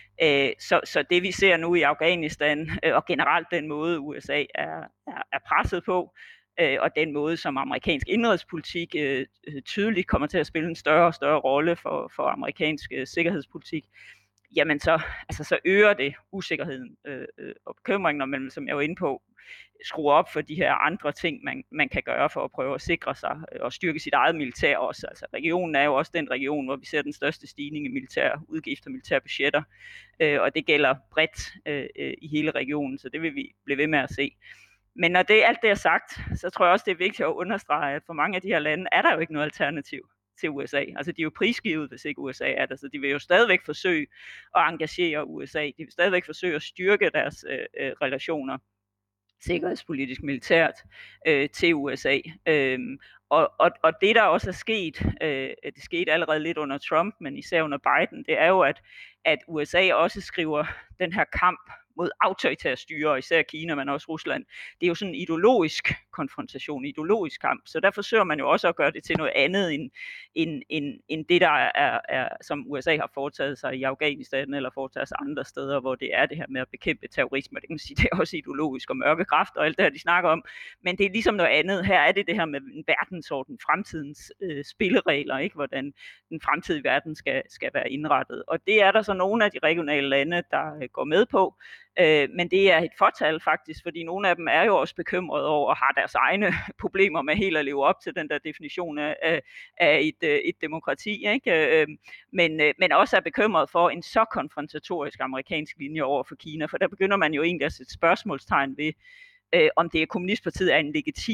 Så det vi ser nu i Afghanistan, og generelt den måde USA er presset på, og den måde, som amerikansk indrigspolitik tydeligt kommer til at spille en større og større rolle for amerikansk sikkerhedspolitik, jamen så øger det usikkerheden og bekymringen, når man, som jeg var inde på, skruer op for de her andre ting, man kan gøre for at prøve at sikre sig og styrke sit eget militær også. Altså regionen er jo også den region, hvor vi ser den største stigning i militære udgifter, militære budgetter, og det gælder bredt i hele regionen, så det vil vi blive ved med at se. Men når alt det er sagt, så tror jeg også, det er vigtigt at understrege, at for mange af de her lande er der jo ikke noget alternativ til USA. Altså de er jo prisgivet, hvis ikke USA er der, så de vil jo stadigvæk forsøge at engagere USA. De vil stadigvæk forsøge at styrke deres relationer sikkerhedspolitisk militært til USA. Og det der også er sket, det skete allerede lidt under Trump, men især under Biden, det er jo, at USA også skriver den her kamp mod autoritære styre, især Kina, men også Rusland. Det er jo sådan en ideologisk konfrontation, en ideologisk kamp, så der forsøger man jo også at gøre det til noget andet end det, der er, som USA har foretaget sig i Afghanistan eller foretaget sig andre steder, hvor det er det her med at bekæmpe terrorisme. Det kan man sige, det er også ideologisk og mørke kræfter og alt det her, de snakker om, men det er ligesom noget andet. Her er det her med en verdensorden, fremtidens spilleregler, ikke? Hvordan den fremtidige verden skal være indrettet. Og det er der så nogle af de regionale lande, der går med på. Men det er et fortal faktisk, fordi nogle af dem er jo også bekymrede over og har deres egne problemer med helt at leve op til den der definition af et demokrati, ikke? Men også er bekymret for en så konfrontatorisk amerikansk linje over for Kina, for der begynder man jo egentlig at sætte spørgsmålstegn ved, om det er kommunistpartiet er en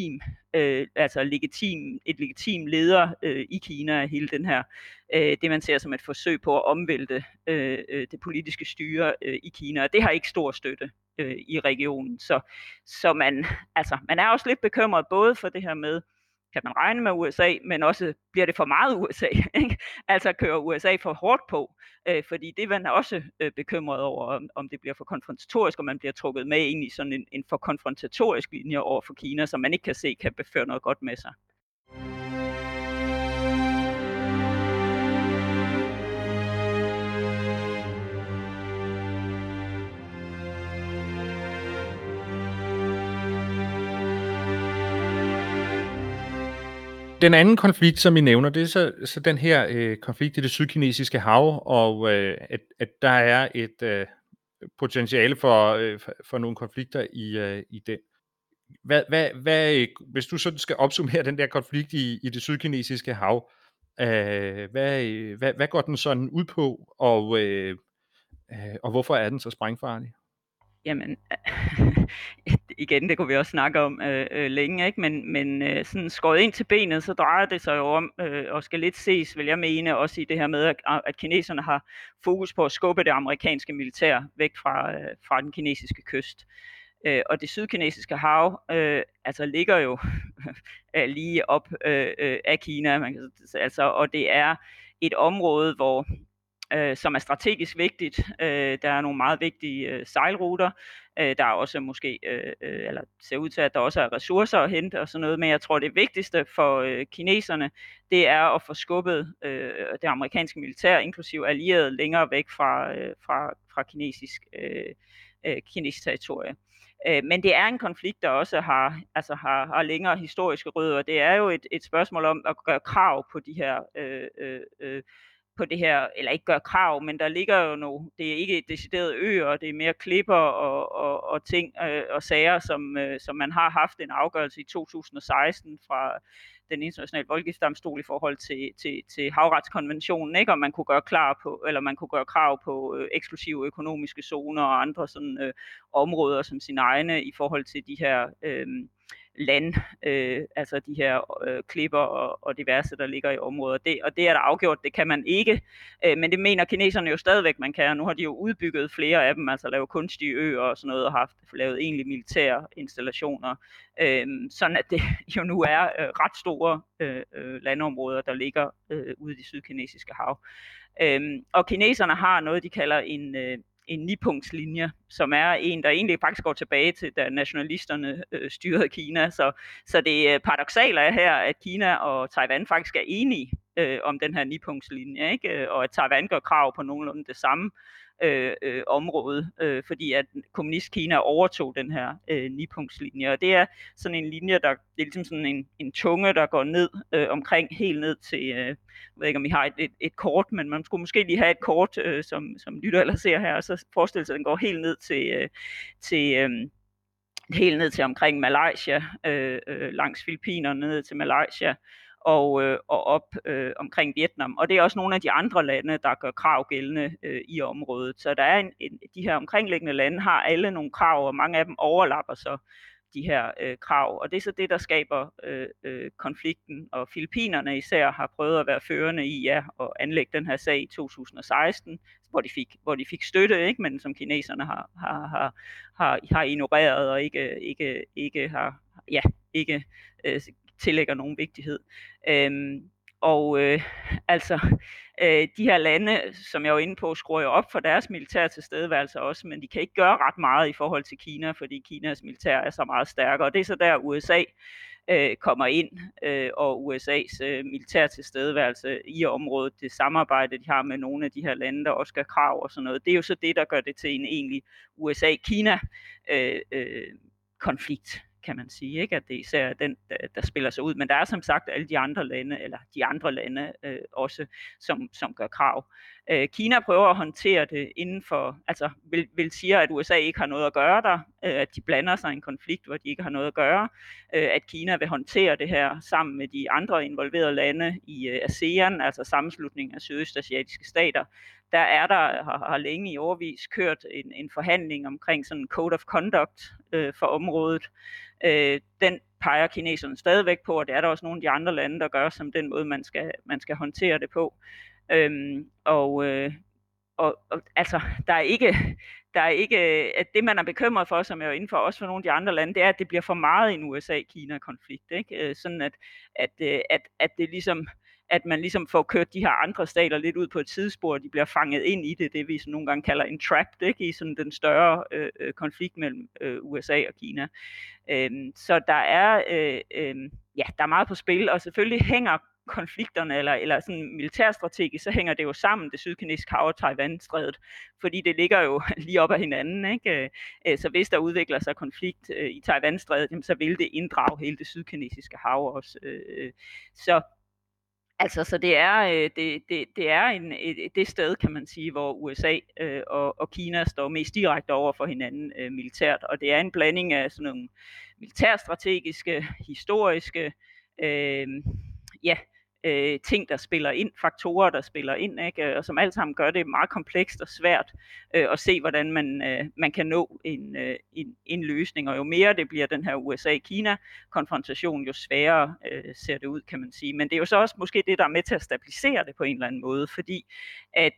et legitim leder i Kina af hele den her, det man ser som et forsøg på at omvælte det politiske styre i Kina, og det har ikke stor støtte i regionen. Så man er også lidt bekymret både for det her med, kan man regne med USA, men også bliver det for meget USA, ikke? Altså kører USA for hårdt på, fordi det er man også bekymret over, om det bliver for konfrontatorisk, og man bliver trukket med ind i sådan en for konfrontatorisk linje over for Kina, som man ikke kan se kan beføre noget godt med sig. Den anden konflikt, som I nævner, det er så den her konflikt i det sydkinesiske hav, og at der er et potentiale for nogle konflikter i den. Hvad, hvis du sådan skal opsummere den der konflikt i det sydkinesiske hav, hvad går den sådan ud på, og hvorfor er den så sprængfarlig? Jamen, igen, det kunne vi også snakke om længe, ikke? Men sådan skåret ind til benet, så drejer det sig jo om, og skal lidt ses, vil jeg mene, også i det her med, at kineserne har fokus på at skubbe det amerikanske militær væk fra den kinesiske kyst. Og det sydkinesiske hav ligger jo lige op af Kina, og det er et område, som er strategisk vigtigt. Der er nogle meget vigtige sejlruter. Der er også måske, eller ser ud til, at der også er ressourcer at hente og sådan noget, men jeg tror, det vigtigste for kineserne, det er at få skubbet det amerikanske militær, inklusive allierede, længere væk fra kinesisk territorie. Men det er en konflikt, der også har længere historiske rødder. Det er jo et spørgsmål om at gøre krav på de her på det her, eller ikke gøre krav, men der ligger jo nogle, det er ikke et decideret øer, det er mere klipper og ting og sager, som man har haft en afgørelse i 2016 fra den internationale voldgiftsdomstol i forhold til havretskonventionen, ikke? Og man kunne gøre krav på eksklusive økonomiske zoner og andre sådan områder som sine egne i forhold til de her land, altså de her klipper og diverse, der ligger i området. Og det er der afgjort, det kan man ikke, men det mener kineserne jo stadigvæk, man kan, og nu har de jo udbygget flere af dem, altså lavet kunstige øer og sådan noget, og haft lavet egentlig militære installationer, sådan at det jo nu er ret store landområder, der ligger ude i det sydkinesiske hav. Og kineserne har noget, de kalder en nipunktslinje, som er en, der egentlig faktisk går tilbage til, da nationalisterne styrede Kina. Så det paradoksale er her, at Kina og Taiwan faktisk er enige om den her nipunktslinje, ikke? Og at Taiwan gør krav på nogenlunde det samme, område, fordi at kommunist-Kina overtog den her 9-punktslinje, og det er sådan en linje, det er ligesom sådan en tunge, der går ned omkring, helt ned til, jeg ved ikke om I har et kort, men man skulle måske lige have et kort, som lytter eller ser her, og så forestille sig, at den går helt ned helt ned til omkring Malaysia, langs Filippinerne ned til Malaysia, og op omkring Vietnam. Og det er også nogle af de andre lande, der gør krav gældende i området. Så der er de her omkringliggende lande har alle nogle krav, og mange af dem overlapper så de her krav. Og det er så det, der skaber konflikten. Og Filippinerne især har prøvet at være førende i at anlægge den her sag i 2016, hvor de fik støtte, ikke, men som kineserne har ignoreret og ikke tillægger nogen vigtighed. De her lande, som jeg var inde på, skruer jo op for deres militære tilstedeværelse også, men de kan ikke gøre ret meget i forhold til Kina, fordi Kinas militær er så meget stærkere. Og det er så der USA kommer ind, og USA's militær tilstedeværelse i området, det samarbejde, de har med nogle af de her lande, der også skal krav og sådan noget, det er jo så det, der gør det til en egentlig USA-Kina-konflikt, kan man sige, ikke? At det især er den, der spiller sig ud. Men der er som sagt alle de andre lande, også, som gør krav. Kina prøver at håndtere det inden for, altså vil sige, at USA ikke har noget at gøre der, at de blander sig i en konflikt, hvor de ikke har noget at gøre, at Kina vil håndtere det her sammen med de andre involverede lande i ASEAN, altså sammenslutningen af sydøstasiatiske stater. Har længe i årevis kørt en forhandling omkring sådan en code of conduct for området. Den peger kineserne stadigvæk på, og det er der også nogle af de andre lande, der gør som den måde, man skal håndtere det på. Altså, der er ikke, at det man er bekymret for, som jeg er inde for, også for nogle af de andre lande, det er, at det bliver for meget en USA-Kina-konflikt, ikke? Sådan at det ligesom, at man ligesom får kørt de her andre stater lidt ud på et sidespor, de bliver fanget ind i det vi sådan nogle gange kalder entrapped, ikke? I sådan den større konflikt mellem USA og Kina. Så der er meget på spil, og selvfølgelig hænger konflikterne, eller sådan militærstrategisk, så hænger det jo sammen, det sydkinesiske hav og Taiwan-strædet, fordi det ligger jo lige op ad hinanden, ikke? Så hvis der udvikler sig konflikt i Taiwan-strædet, så vil det inddrage hele det sydkinesiske hav også. Så det er det sted, kan man sige, hvor USA og Kina står mest direkte over for hinanden militært, og det er en blanding af sådan nogle militærstrategiske, historiske ting, der spiller ind, faktorer, der spiller ind, ikke? Og som alt sammen gør det meget komplekst og svært at se, hvordan man kan nå en løsning. Og jo mere det bliver den her USA-Kina-konfrontation, jo sværere ser det ud, kan man sige. Men det er jo så også måske det, der er med til at stabilisere det på en eller anden måde, fordi at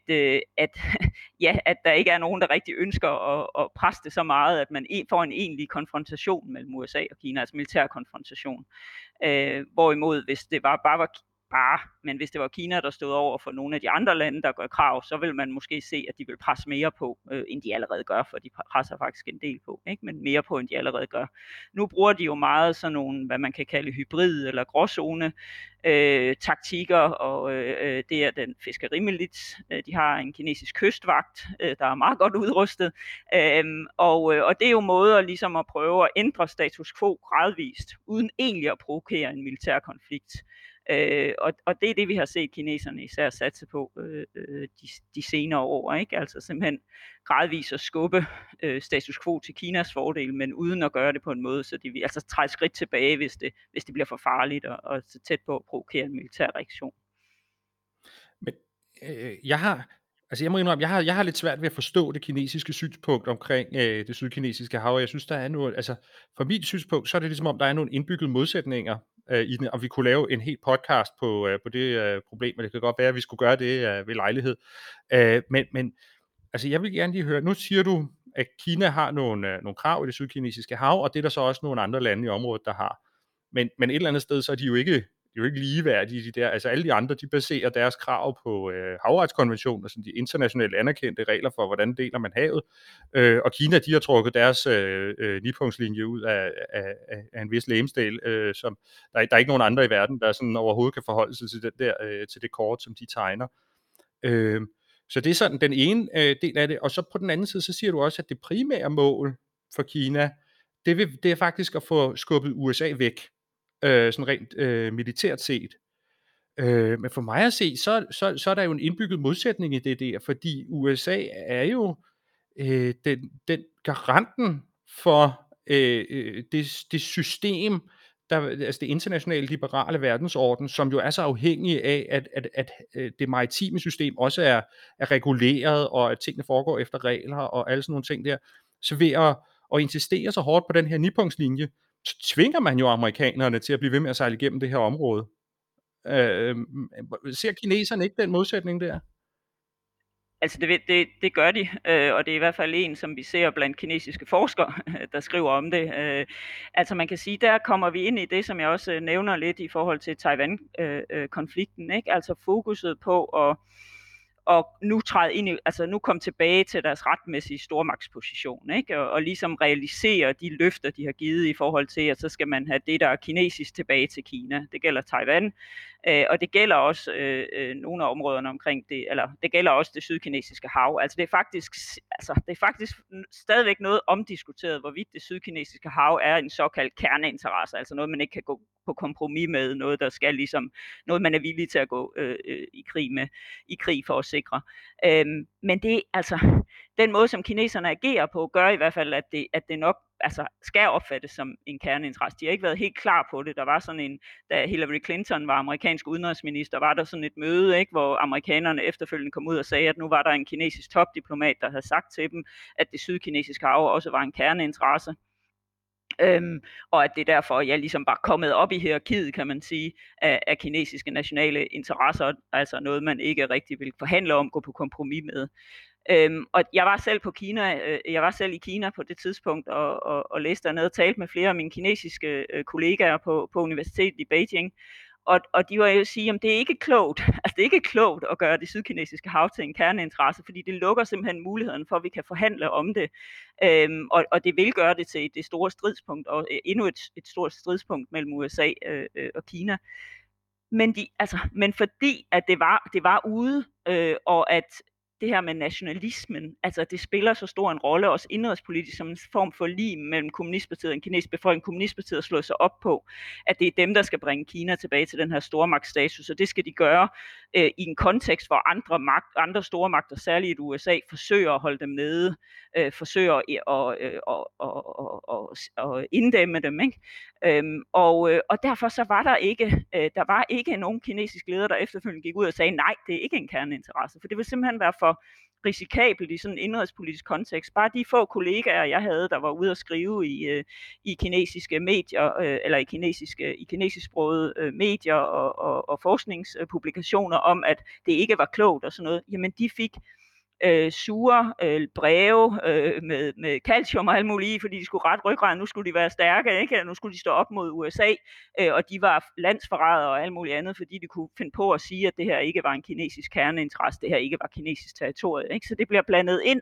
der ikke er nogen, der rigtig ønsker at presse det så meget, at man får en egentlig konfrontation mellem USA og Kina, altså militær konfrontation. Hvorimod, hvis det men hvis det var Kina, der stod over for nogle af de andre lande, der gør krav, så vil man måske se, at de vil presse mere på, end de allerede gør, for de presser faktisk en del på, ikke? Men mere på, end de allerede gør. Nu bruger de jo meget sådan nogle, hvad man kan kalde hybrid eller gråzone taktikker, og det er den fiskerimilits. De har en kinesisk kystvagt, der er meget godt udrustet, og det er jo måder ligesom at prøve at ændre status quo gradvist, uden egentlig at provokere en militær konflikt. Og det er det, vi har set kineserne især satse på de senere år, ikke? Altså simpelthen gradvist at skubbe status quo til Kinas fordel, men uden at gøre det på en måde, så de vil altså træde skridt tilbage, hvis det bliver for farligt og så tæt på at provokere en militær reaktion. Men jeg må indrømme, jeg har lidt svært ved at forstå det kinesiske synspunkt omkring det sydkinesiske hav. Jeg synes, der er noget, altså fra mit synspunkt, så er det ligesom om, der er nogle indbyggede modsætninger i den, og vi kunne lave en helt podcast på det problem, og det kan godt være, at vi skulle gøre det ved lejlighed. Men altså, jeg vil gerne lige høre, nu siger du, at Kina har nogle krav i det sydkinesiske hav, og det er der så også nogle andre lande i området, der har. Men et eller andet sted, så er de jo ikke ligeværdige, de der. Altså alle de andre, de baserer deres krav på havretskonventionen, altså de internationalt anerkendte regler for, hvordan deler man havet. Og Kina, de har trukket deres 9-punktslinje ud af en vis legemsdel, som der er ikke nogen andre i verden, der sådan overhovedet kan forholde sig til til det kort, som de tegner. Så det er sådan den ene del af det, og så på den anden side, så siger du også, at det primære mål for Kina, det er faktisk at få skubbet USA væk, sådan rent militært set. Men for mig at se, så er der jo en indbygget modsætning i det der, fordi USA er jo den garanten for det system, altså det internationale liberale verdensorden, som jo er så afhængig af, at det maritime system også er reguleret, og at tingene foregår efter regler og alle sådan nogle ting der. Så ved at insistere så hårdt på den her nipunktslinje, så tvinger man jo amerikanerne til at blive ved med at sejle igennem det her område. Ser kineserne ikke den modsætning der? Altså det gør de, og det er i hvert fald en, som vi ser blandt kinesiske forskere, der skriver om det. Altså man kan sige, der kommer vi ind i det, som jeg også nævner lidt i forhold til Taiwan-konflikten, ikke? Altså fokuset på at nu træde ind i, altså nu komme tilbage til deres retmæssige stormagtsposition, ikke? Og ligesom realisere de løfter, de har givet i forhold til, at så skal man have det, der er kinesisk, tilbage til Kina. Det gælder Taiwan, og det gælder også nogle af områderne omkring det, eller det gælder også det sydkinesiske hav. Altså det er faktisk stadigvæk noget omdiskuteret, hvorvidt det sydkinesiske hav er en såkaldt kerneinteresse, altså noget, man ikke kan gå på kompromis med, noget, der skal ligesom, noget, man er villig til at gå i krig for at sikre. Men det altså, den måde, som kineserne agerer på, gør i hvert fald, at det nok skal opfattes som en kerneinteresse. De har ikke været helt klar på det. Der var sådan en, da Hillary Clinton var amerikansk udenrigsminister, var der sådan et møde, ikke, hvor amerikanerne efterfølgende kom ud og sagde, at nu var der en kinesisk topdiplomat, der havde sagt til dem, at det sydkinesiske hav også var en kerneinteresse. Og at det derfor ligesom bare kommet op i hierarkiet, kan man sige, af kinesiske nationale interesser, altså noget, man ikke rigtig vil forhandle om, gå på kompromis med. Og jeg var selv i Kina på det tidspunkt, og læste dernede og talte med flere af mine kinesiske kollegaer på universitetet i Beijing. Og de var jo at sige, at det er ikke klogt. Altså det er ikke klogt at gøre det sydkinesiske hav til en kerneinteresse, fordi det lukker simpelthen muligheden for, at vi kan forhandle om det. Og det vil gøre det til det store stridspunkt, og endnu et stort stridspunkt mellem USA og Kina. Men fordi at det var ude, og at det her med nationalismen, altså det spiller så stor en rolle, også indrigspolitisk, som en form for lim mellem kommunistpartiet og en kinesisk befolkning. Kommunistpartiet har slået sig op på, at det er dem, der skal bringe Kina tilbage til den her stormagtsstatus, og det skal de gøre i en kontekst, hvor andre stormagter, særligt USA, forsøger at holde dem nede, forsøger at inddæmme dem, ikke? Og derfor så var der var ikke nogen kinesisk leder, der efterfølgende gik ud og sagde, nej, det er ikke en kerneinteresse, for det vil simpelthen være for risikabelt i sådan en indrigspolitisk kontekst. Bare de få kollegaer, jeg havde, der var ude at skrive i kinesiske medier, eller i kinesisk-sprogede medier og forskningspublikationer om, at det ikke var klogt og sådan noget, jamen de fik sure breve med calcium og alt muligt, fordi de skulle rette ryggraden, nu skulle de være stærke, ikke? Nu skulle de stå op mod USA, og de var landsforrædere og alt muligt andet, fordi de kunne finde på at sige, at det her ikke var en kinesisk kerneinteresse, det her ikke var kinesisk territorium, ikke? Så det bliver blandet ind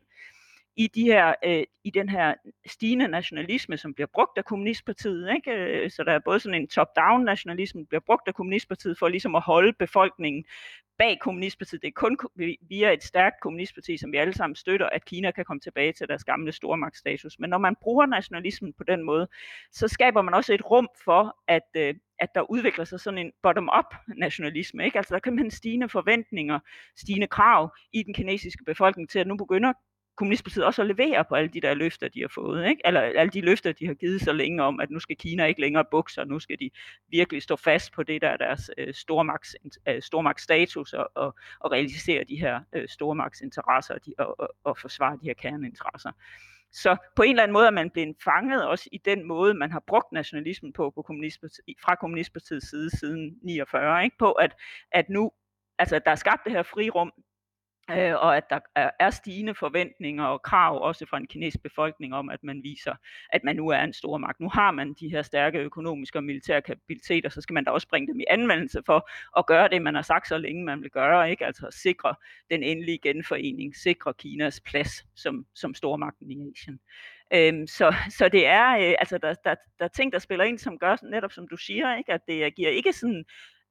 i den her stigende nationalisme, som bliver brugt af kommunistpartiet, ikke? Så der er både sådan en top-down nationalisme, der bliver brugt af kommunistpartiet for ligesom at holde befolkningen bag kommunistpartiet. Det er kun via et stærkt kommunistparti, som vi alle sammen støtter, at Kina kan komme tilbage til deres gamle stormagtsstatus. Men når man bruger nationalismen på den måde, så skaber man også et rum for, at der udvikler sig sådan en bottom-up nationalisme, ikke? Altså der kan man stigende forventninger, stigende krav i den kinesiske befolkning til, at nu begynder kommunistpartiet også at levere på alle de der løfter, de har fået, ikke? Eller alle de løfter, de har givet så længe om, at nu skal Kina ikke længere bukse, og nu skal de virkelig stå fast på det, der er deres stormagtsstatus, og realisere de her stormagtsinteresser og forsvare de her kerneinteresser. Så på en eller anden måde er man blevet fanget også i den måde, man har brugt nationalismen på fra kommunistpartiets side siden 49, ikke? På at nu, altså der er skabt det her frirum, og at der er stigende forventninger og krav også fra en kinesisk befolkning om, at man viser, at man nu er en stormagt. Nu har man de her stærke økonomiske og militære kapabiliteter, så skal man da også bringe dem i anvendelse for at gøre det, man har sagt så længe, man vil gøre, ikke? Altså at sikre den endelige genforening, sikre Kinas plads som stormagten i Asien. Så det er, altså der er ting, der spiller ind, som gør netop som du siger, ikke? At det giver ikke sådan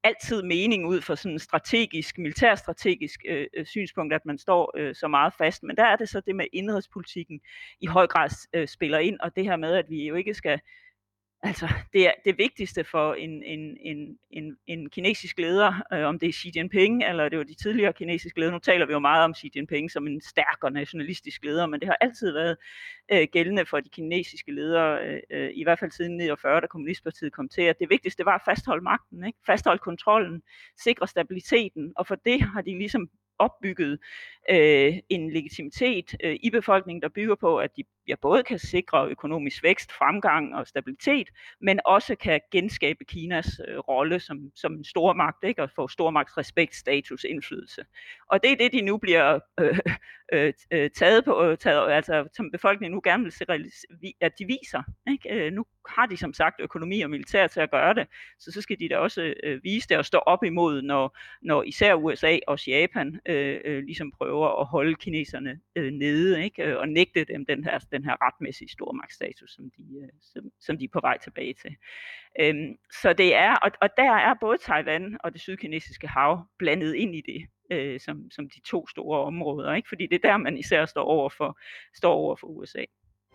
altid mening ud fra sådan en strategisk, militærstrategisk synspunkt, at man står så meget fast. Men der er det så det med indrigspolitikken i høj grad spiller ind, og det her med, at vi jo ikke skal. Altså, det er det vigtigste for en kinesisk leder, om det er Xi Jinping, eller det var de tidligere kinesiske ledere. Nu taler vi jo meget om Xi Jinping som en stærk og nationalistisk leder, men det har altid været gældende for de kinesiske ledere, i hvert fald siden 49, da Kommunistpartiet kom til, at det vigtigste var at fastholde magten, ikke? Fastholde kontrollen, sikre stabiliteten, og for det har de ligesom opbygget en legitimitet i befolkningen, der bygger på, at de både kan sikre økonomisk vækst, fremgang og stabilitet, men også kan genskabe Kinas rolle som en stormagt, ikke? Og få stormagtsrespekt, status, indflydelse. Og det er det, de nu bliver taget på, altså som befolkningen nu gerne vil se, at de viser. Ikke? Nu har de som sagt økonomi og militær til at gøre det, så skal de da også vise det og stå op imod, når især USA og Japan ligesom prøver at holde kineserne nede, ikke? Og nægte dem den her retmæssige stormagtsstatus, som de er på vej tilbage til. Så det er, og der er både Taiwan og det sydkinesiske hav blandet ind i det, som de to store områder, ikke? Fordi det er der, man især står over for USA.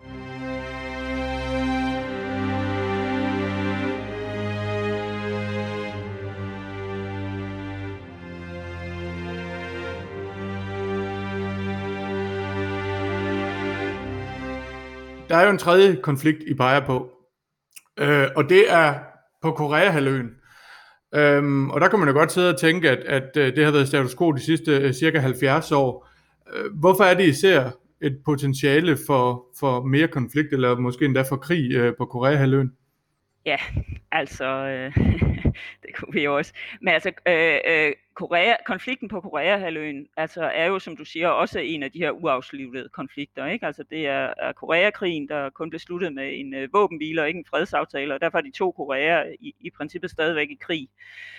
Der er jo en tredje konflikt, I peger på, og det er på Koreahalvøen. Og der kan man jo godt sidde og tænke, at det har været status quo de sidste cirka 70 år. Hvorfor er det især et potentiale for mere konflikt, eller måske endda for krig på Koreahalvøen? Ja, altså, det kunne vi jo også. Men altså, konflikten på Koreahalvøen altså, er jo, som du siger, også en af de her uafsluttede konflikter. Ikke? Altså, det er Koreakrigen, der kun blev sluttet med en våbenhvile og ikke en fredsaftale, og derfor er de to Koreaer i princippet stadigvæk i krig.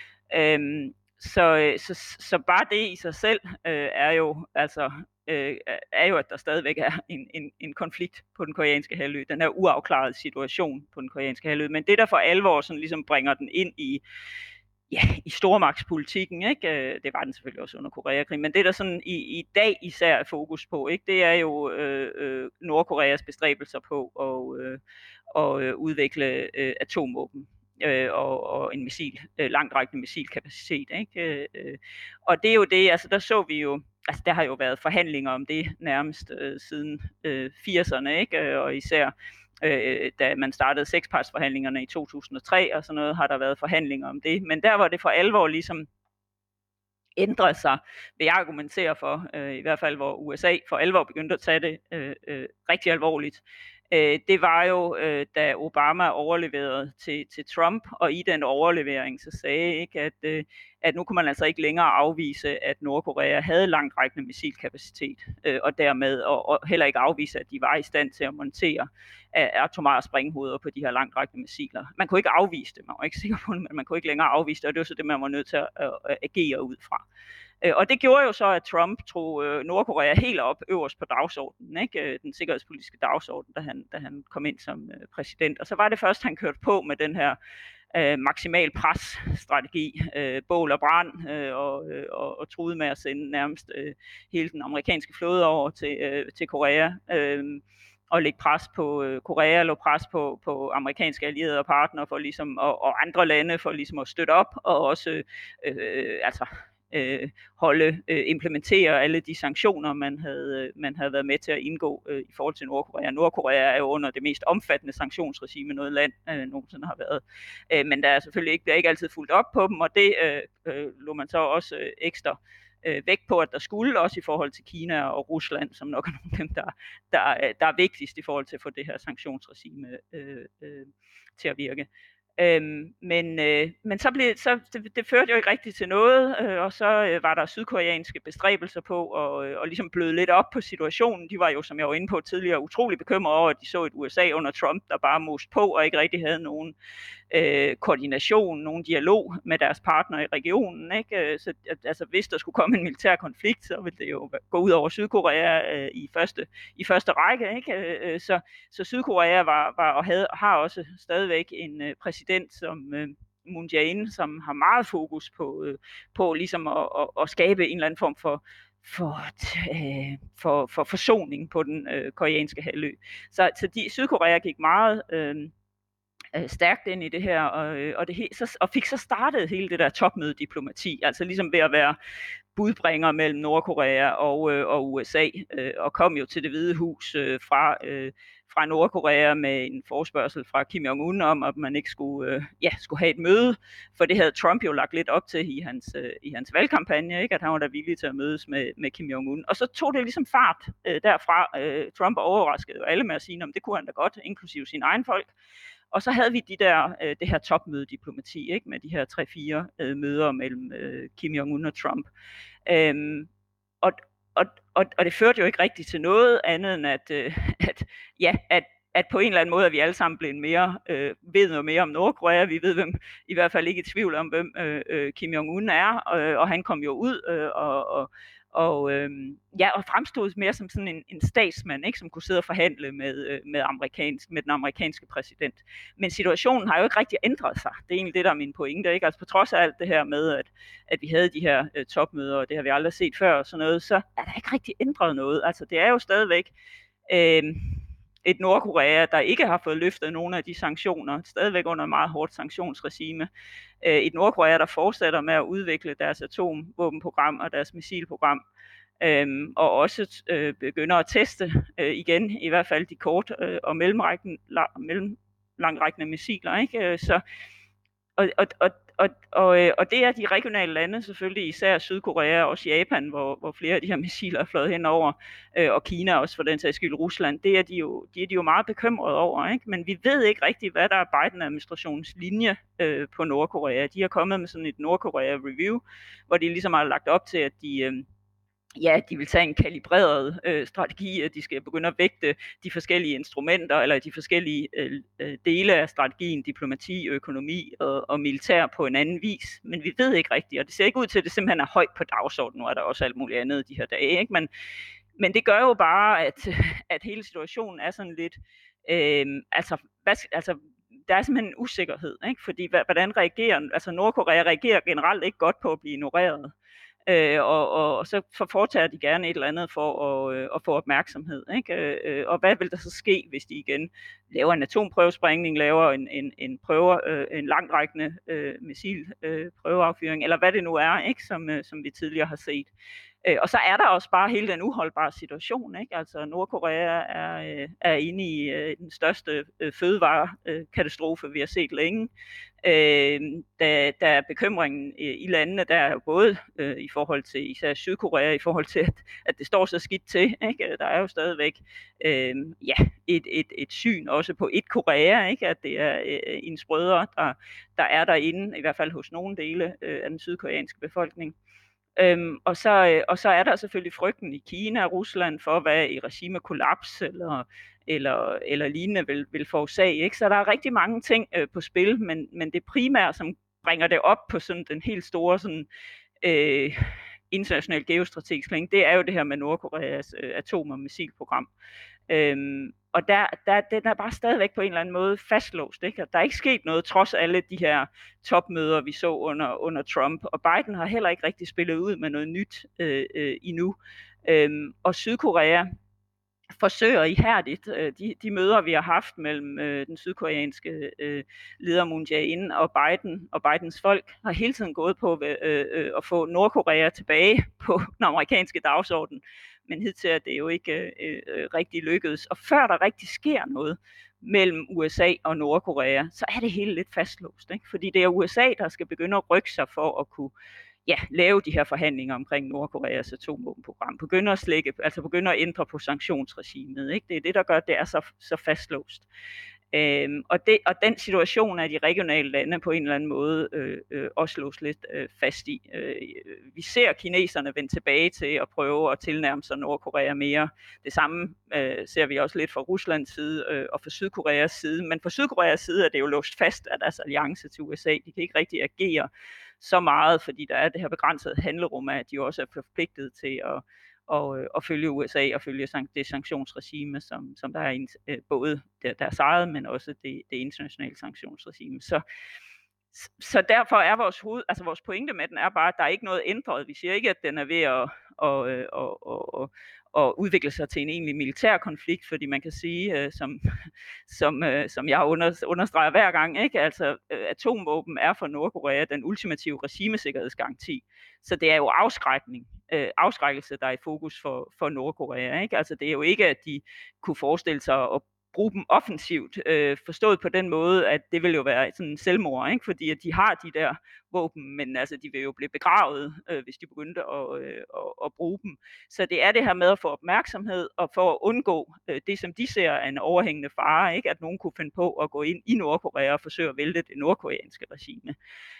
Så bare det i sig selv er jo at der stadigvæk er en konflikt på den koreanske halvø, den her uafklarede situation på den koreanske halvø. Men det, der for alvor sådan ligesom bringer den ind i stormagtspolitikken, ikke? Det var den selvfølgelig også under Koreakrigen, men det, der sådan i dag især er fokus på, ikke? Det er jo Nordkoreas bestræbelser på at udvikle atomvåben. Og en langtrækkende missilkapacitet, ikke? Og det er jo det, altså der så vi jo, altså der har jo været forhandlinger om det nærmest siden 80'erne, ikke? Og især da man startede sekspartsforhandlingerne i 2003 og sådan noget, har der været forhandlinger om det, men der var det for alvor ligesom ændret sig, vil jeg argumentere for, i hvert fald hvor USA for alvor begyndte at tage det rigtig alvorligt. Det var jo, da Obama overleverede til Trump, og i den overlevering så sagde ikke, at nu kunne man altså ikke længere afvise, at Nordkorea havde langtrækkende missilkapacitet, og dermed og heller ikke afvise, at de var i stand til at montere atomare sprænghoveder på de her langtrækkende missiler. Man kunne ikke afvise det, man var ikke sikker på det, men man kunne ikke længere afvise det, og det var så det, man var nødt til at agere ud fra. Og det gjorde jo så, at Trump tog Nordkorea helt op øverst på dagsordenen, ikke? Den sikkerhedspolitiske dagsorden, da han kom ind som præsident. Og så var det først, han kørte på med den her maksimal pres-strategi, bål og brand, og truede med at sende nærmest hele den amerikanske flåde over til Korea. Og lægge pres på Korea, lå pres på amerikanske allierede og partnere for ligesom, og andre lande for ligesom at støtte op, og også implementere alle de sanktioner, man havde været med til at indgå i forhold til Nordkorea. Nordkorea er jo under det mest omfattende sanktionsregime, noget land nogensinde har været. Men der er selvfølgelig ikke altid fulgt op på dem, og det lå man så også ekstra vægt på, at der skulle, også i forhold til Kina og Rusland, som nok er nogle af dem, der er vigtigst i forhold til at få det her sanktionsregime til at virke. Men så det førte jo ikke rigtigt til noget, og så var der sydkoreanske bestræbelser på at ligesom bløde lidt op på situationen. De var jo, som jeg var inde på tidligere, utrolig bekymrede over, at de så et USA under Trump, der bare moste på og ikke rigtig havde nogen koordination, nogen dialog med deres partnere i regionen, ikke? Så altså, hvis der skulle komme en militær konflikt, så ville det jo gå ud over Sydkorea i første række, ikke? Så Sydkorea var og har også stadigvæk en præsident, Moon Jae-in, som har meget fokus på ligesom at skabe en eller anden form for forsoning på den koreanske halvø. Så Sydkorea gik meget stærkt ind i det her, og fik så startet hele det der topmødediplomati, altså ligesom ved at være budbringer mellem Nordkorea og USA, og kom jo til Det Hvide Hus fra Nordkorea med en forespørgsel fra Kim Jong-un om, at man ikke skulle have et møde, for det havde Trump jo lagt lidt op til i hans valgkampagne, ikke? At han var da villig til at mødes med Kim Jong-un. Og så tog det ligesom fart derfra. Trump overraskede jo alle med at sige, at det kunne han da godt, inklusive sine egne folk. Og så havde vi det her topmødediplomati, ikke, med de her 3-4 møder mellem Kim Jong-un og Trump. Og det førte jo ikke rigtigt til noget andet end at på en eller anden måde er vi alle sammen blevet ved noget mere om Nordkorea. Vi ved i hvert fald ikke i tvivl om, hvem Kim Jong-un er, og han kom jo ud og fremstod mere som sådan en statsmand, ikke, som kunne sidde og forhandle med den amerikanske præsident. Men situationen har jo ikke rigtig ændret sig. Det er egentlig det, der er min pointe, ikke? Altså på trods af alt det her med, at vi havde de her topmøder, og det har vi aldrig set før og sådan noget, så er der ikke rigtig ændret noget. Altså det er jo stadigvæk et Nordkorea, der ikke har fået løftet nogle af de sanktioner, stadigvæk under et meget hårdt sanktionsregime. Et Nordkorea, der fortsætter med at udvikle deres atomvåbenprogram og deres missilprogram, og også begynder at teste igen, i hvert fald de kort- og mellemlangrækkende missiler, ikke? Og det er de regionale lande selvfølgelig, især Sydkorea og også Japan, hvor flere af de her missiler er fløjet henover, og Kina også for den sags skyld, Rusland, det er de jo meget bekymrede over, ikke? Men vi ved ikke rigtigt, hvad der er Biden-administrationens linje på Nordkorea. De har kommet med sådan et Nordkorea-review, hvor de ligesom har lagt op til, at de vil tage en kalibreret strategi, at de skal begynde at vægte de forskellige instrumenter, eller de forskellige dele af strategien, diplomati, økonomi og militær på en anden vis. Men vi ved ikke rigtigt, og det ser ikke ud til, at det simpelthen er højt på dagsordenen. Nu er der også alt muligt andet de her dage, ikke? Men det gør jo bare, at hele situationen er sådan lidt, der er simpelthen en usikkerhed, ikke? Fordi hvordan reagerer, altså Nordkorea reagerer generelt ikke godt på at blive ignoreret. Og så foretager de gerne et eller andet for at få opmærksomhed, ikke? Og hvad vil der så ske, hvis de igen laver en atomprøvesprængning, laver en langtrækkende missilprøveaffyring, eller hvad det nu er, ikke? Som vi tidligere har set. Og så er der også bare hele den uholdbare situation, ikke? Altså Nordkorea er inde i den største fødevarekatastrofe, vi har set længe. Der er bekymringen i landene, der er jo både i forhold til især Sydkorea, i forhold til, at det står så skidt til, ikke? Der er jo stadigvæk et syn også på et Korea, ikke? At det er ens brødre, der er derinde, i hvert fald hos nogle dele af den sydkoreanske befolkning. Og så er der selvfølgelig frygten i Kina og Rusland for, hvad i regimekollaps eller lignende vil forårsage, ikke? Så der er rigtig mange ting på spil, men det primære, som bringer det op på sådan den helt store sådan, international geostrategisk længe, det er jo det her med Nordkoreas atom- og missilprogram. Og den er bare stadigvæk på en eller anden måde fastlåst, ikke? Der er ikke sket noget, trods alle de her topmøder, vi så under Trump, og Biden har heller ikke rigtig spillet ud med noget nyt endnu. Og Sydkorea forsøger ihærdigt. De møder, vi har haft mellem den sydkoreanske leder Moon Jae-in og Bidens folk, har hele tiden gået på at få Nordkorea tilbage på den amerikanske dagsorden. Men hidtil er det jo ikke rigtig lykkedes. Og før der rigtig sker noget mellem USA og Nordkorea, så er det hele lidt fastlåst, ikke? Fordi det er USA, der skal begynde at rykke sig for at kunne lave de her forhandlinger omkring Nordkoreas atomvåbenprogram. Begynde at ændre på sanktionsregimet, ikke? Det er det, der gør, at det er så fastlåst. Og den situation er de regionale lande på en eller anden måde også låst lidt fast i. Vi ser kineserne vende tilbage til at prøve at tilnærme sig Nordkorea mere. Det samme ser vi også lidt fra Ruslands side og fra Sydkoreas side. Men fra Sydkoreas side er det jo låst fast af deres alliance til USA. De kan ikke rigtig agere så meget, fordi der er det her begrænsede handlerum, at de også er forpligtet til at følge USA og følge det sanktionsregime, som der er både deres eget, men også det internationale sanktionsregime. Så derfor er vores pointe med den er bare, at der er ikke noget ændret. Vi siger ikke, at den er ved at udvikle sig til en egentlig militær konflikt, fordi man kan sige, som jeg understreger hver gang, ikke? Altså atomvåben er for Nordkorea den ultimative regimesikkerhedsgaranti. Så det er jo afskrækkelse, der er i fokus for Nordkorea, ikke? Altså det er jo ikke, at de kunne forestille sig at bruge dem offensivt, forstået på den måde, at det vil jo være sådan en selvmord, ikke? Fordi at de har de der våben, men altså de vil jo blive begravet, hvis de begyndte at bruge dem. Så det er det her med at få opmærksomhed, og for at undgå det, som de ser er en overhængende fare, ikke? At nogen kunne finde på at gå ind i Nordkorea og forsøge at vælte det nordkoreanske regime.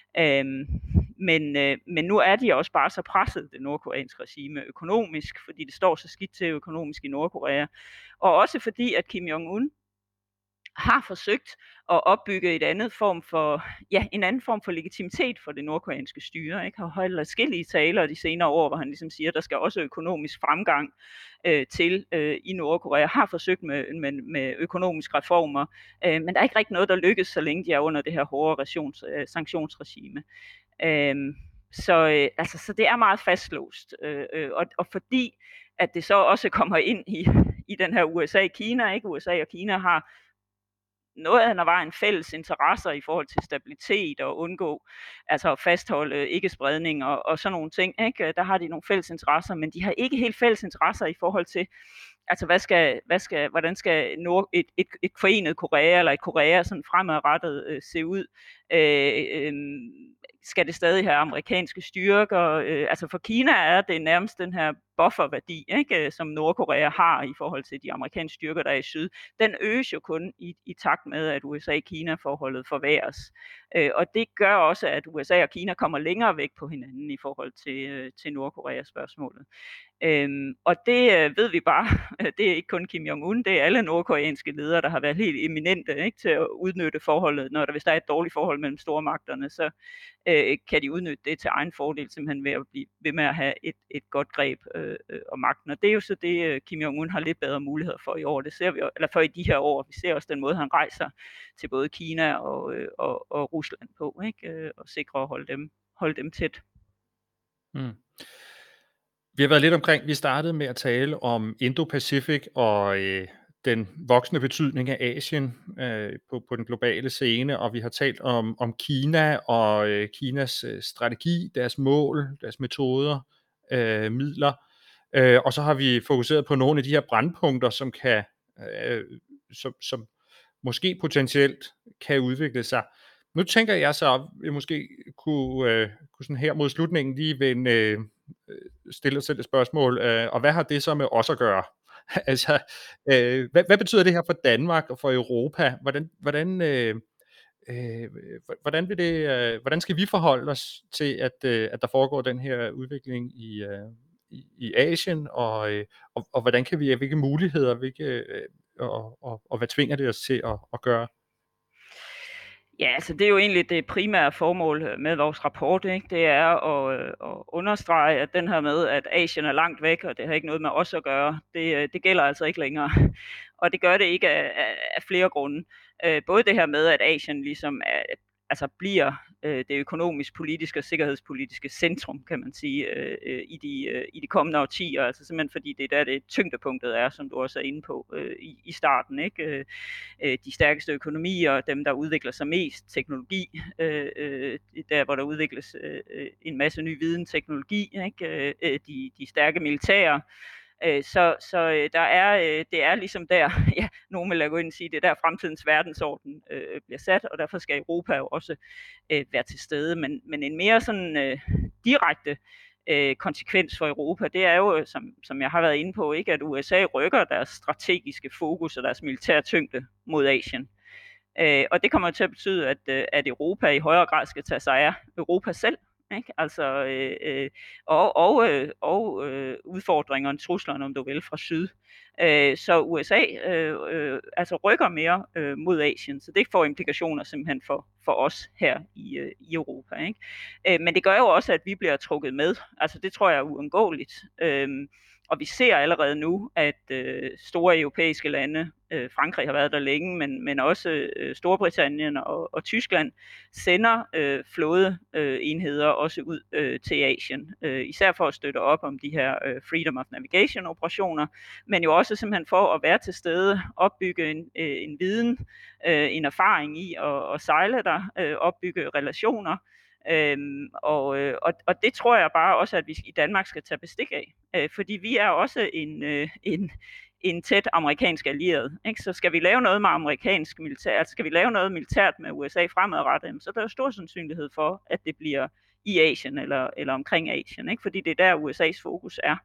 Men nu er de også bare så presset, det nordkoreanske regime, økonomisk, fordi det står så skidt til økonomisk i Nordkorea. Og også fordi, at Kim Jong-un har forsøgt at opbygge en anden form for legitimitet for det nordkoreanske styre, ikke? Har holdt adskillige taler de senere år, hvor han ligesom siger, at der skal også økonomisk fremgang til i Nordkorea, har forsøgt med økonomiske reformer, men der er ikke rigtig noget, der lykkes, så længe de er under det her hårde sanktionsregime. Så det er meget fastlåst, og fordi at det så også kommer ind i den her USA-Kina, ikke? USA og Kina har noget af vejen fælles interesser i forhold til stabilitet og undgå, altså at fastholde ikke-spredning og sådan nogle ting, ikke? Der har de nogle fælles interesser, men de har ikke helt fælles interesser i forhold til, altså hvordan skal et forenet Korea eller et Korea sådan fremadrettet se ud? Skal det stadig have amerikanske styrker? Altså for Kina er det nærmest den her bufferværdi, ikke, som Nordkorea har i forhold til de amerikanske styrker, der er i syd. Den øges jo kun i takt med, at USA-Kina-forholdet forværres. Og det gør også, at USA og Kina kommer længere væk på hinanden i forhold til Nordkorea-spørgsmålet. Og det ved vi bare, det er ikke kun Kim Jong-un, det er alle nordkoreanske ledere, der har været helt eminente, ikke, til at udnytte forholdet. Hvis der er et dårligt forhold mellem stormagterne, så kan de udnytte det til egen fordel, simpelthen ved at blive ved med at have et godt greb om magten. Og det er jo så det, Kim Jong-un har lidt bedre muligheder for i år. Det ser vi, eller for i de her år. Vi ser også den måde, han rejser til både Kina og Rusland på, ikke, og sikre at holde dem tæt. Mm. Vi har været lidt omkring, vi startede med at tale om Indo-Pacific og den voksende betydning af Asien på den globale scene, og vi har talt om Kina og Kinas strategi, deres mål, deres metoder, midler, og så har vi fokuseret på nogle af de her brandpunkter, som måske potentielt kan udvikle sig. Nu tænker jeg så, at vi måske kunne sådan her mod slutningen lige stille os selv et spørgsmål, og hvad har det så med os at gøre? Altså, hvad betyder det her for Danmark og for Europa? Hvordan skal vi forholde os til, at der foregår den her udvikling i Asien, og hvordan kan vi, hvilke muligheder, og hvad tvinger det os til at gøre? Ja, altså det er jo egentlig det primære formål med vores rapport, ikke? Det er at understrege, at den her med, at Asien er langt væk, og det har ikke noget med os at gøre, det gælder altså ikke længere. Og det gør det ikke af flere grunde. Både det her med, at Asien ligesom bliver det økonomisk, politiske og sikkerhedspolitiske centrum, kan man sige, i de kommende årtier, altså simpelthen fordi det er der det tyngdepunktet er, som du også er inde på i starten, ikke? De stærkeste økonomier, dem der udvikler sig mest, teknologi, der hvor der udvikles en masse ny viden, teknologi, ikke? De stærke militære. Så det er ligesom der, ja, nogen vil gå ind og sige, det er der fremtidens verdensorden bliver sat, og derfor skal Europa jo også være til stede. Men en mere sådan direkte konsekvens for Europa, det er jo, som jeg har været inde på, ikke, at USA rykker deres strategiske fokus og deres militære tyngde mod Asien. Og det kommer til at betyde, at Europa i højere grad skal tage sig af Europa selv. Ikke? Altså, udfordringerne, truslerne, om du vil, fra syd. Så USA rykker mere mod Asien, så det får implikationer simpelthen for os her i Europa. Ikke? Men det gør jo også, at vi bliver trukket med. Altså det tror jeg er uundgåeligt. Og vi ser allerede nu, at store europæiske lande, Frankrig har været der længe, men også Storbritannien og Tyskland, sender flådeenheder også ud til Asien. Især for at støtte op om de her Freedom of Navigation operationer, men jo også simpelthen for at være til stede, opbygge en viden, en erfaring i at sejle der, opbygge relationer. Og det tror jeg bare også, at vi i Danmark skal tage bestik af, fordi vi er også en tæt amerikansk allieret, ikke? Så skal vi lave noget med amerikansk militær, altså skal vi lave noget militært med USA fremadrettet, så der er jo stor sandsynlighed for, at det bliver i Asien eller omkring Asien, ikke? Fordi det er der USA's fokus er.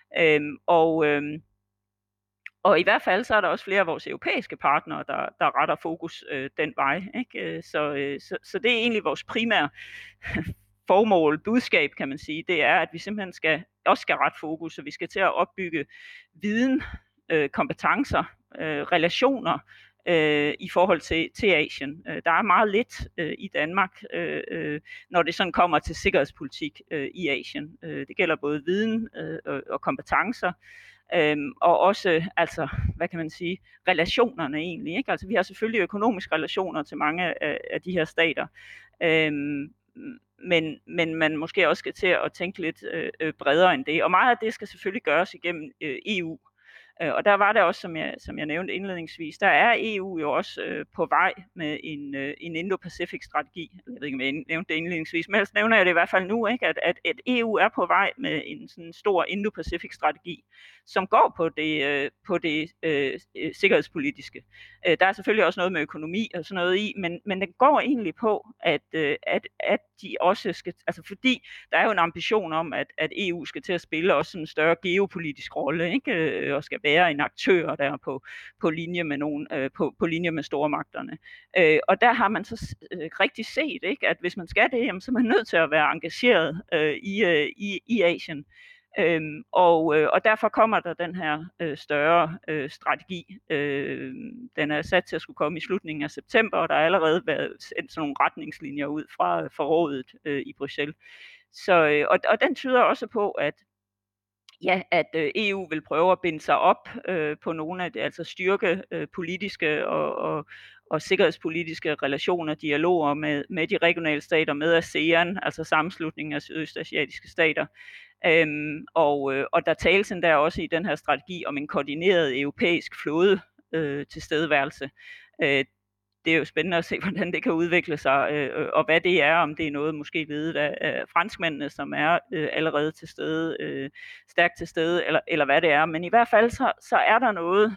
Og i hvert fald så er der også flere af vores europæiske partnere, der retter fokus den vej, ikke? Så det er egentlig vores primære formål, budskab kan man sige, det er, at vi simpelthen skal rette fokus, og vi skal til at opbygge viden, kompetencer, relationer i forhold til Asien. Der er meget lidt i Danmark, når det sådan kommer til sikkerhedspolitik i Asien. Det gælder både viden og kompetencer, og også, altså, hvad kan man sige, relationerne egentlig, ikke? Altså, vi har selvfølgelig økonomiske relationer til mange af de her stater, men man måske også skal til at tænke lidt bredere end det. Og meget af det skal selvfølgelig gøres igennem EU. Og der var det også, som jeg nævnte indledningsvis, der er EU jo også på vej med en Indo-Pacific strategi. Jeg ved ikke, om jeg nævnte det indledningsvis, men ellers nævner jeg det i hvert fald nu, ikke? At EU er på vej med en sådan stor Indo-Pacific strategi, som går på det sikkerhedspolitiske. Der er selvfølgelig også noget med økonomi og sådan noget i, men den går egentlig på, at de også skal, altså fordi der er jo en ambition om, at EU skal til at spille også sådan en større geopolitisk rolle, ikke? Og skal være en aktør der på linje med nogen, på linje med stormagterne. Og der har man så rigtig set, ikke, at hvis man skal det, jamen, så er man nødt til at være engageret i Asien. Og derfor kommer der den her større strategi. Den er sat til at skulle komme i slutningen af september, og der er allerede været sendt sådan nogle retningslinjer ud fra rådet i Bruxelles. Så, og den tyder også på, at EU vil prøve at binde sig op på nogle af det, altså styrke politiske og sikkerhedspolitiske relationer, dialoger med de regionale stater, med ASEAN, altså sammenslutningen af sydøstasiatiske stater. Og der tales endda også i den her strategi om en koordineret europæisk flåde tilstedeværelse. Det er jo spændende at se, hvordan det kan udvikle sig, og hvad det er, om det er noget måske ledet af franskmændene, som er allerede til stede, stærkt til stede, eller hvad det er. Men i hvert fald så er der noget,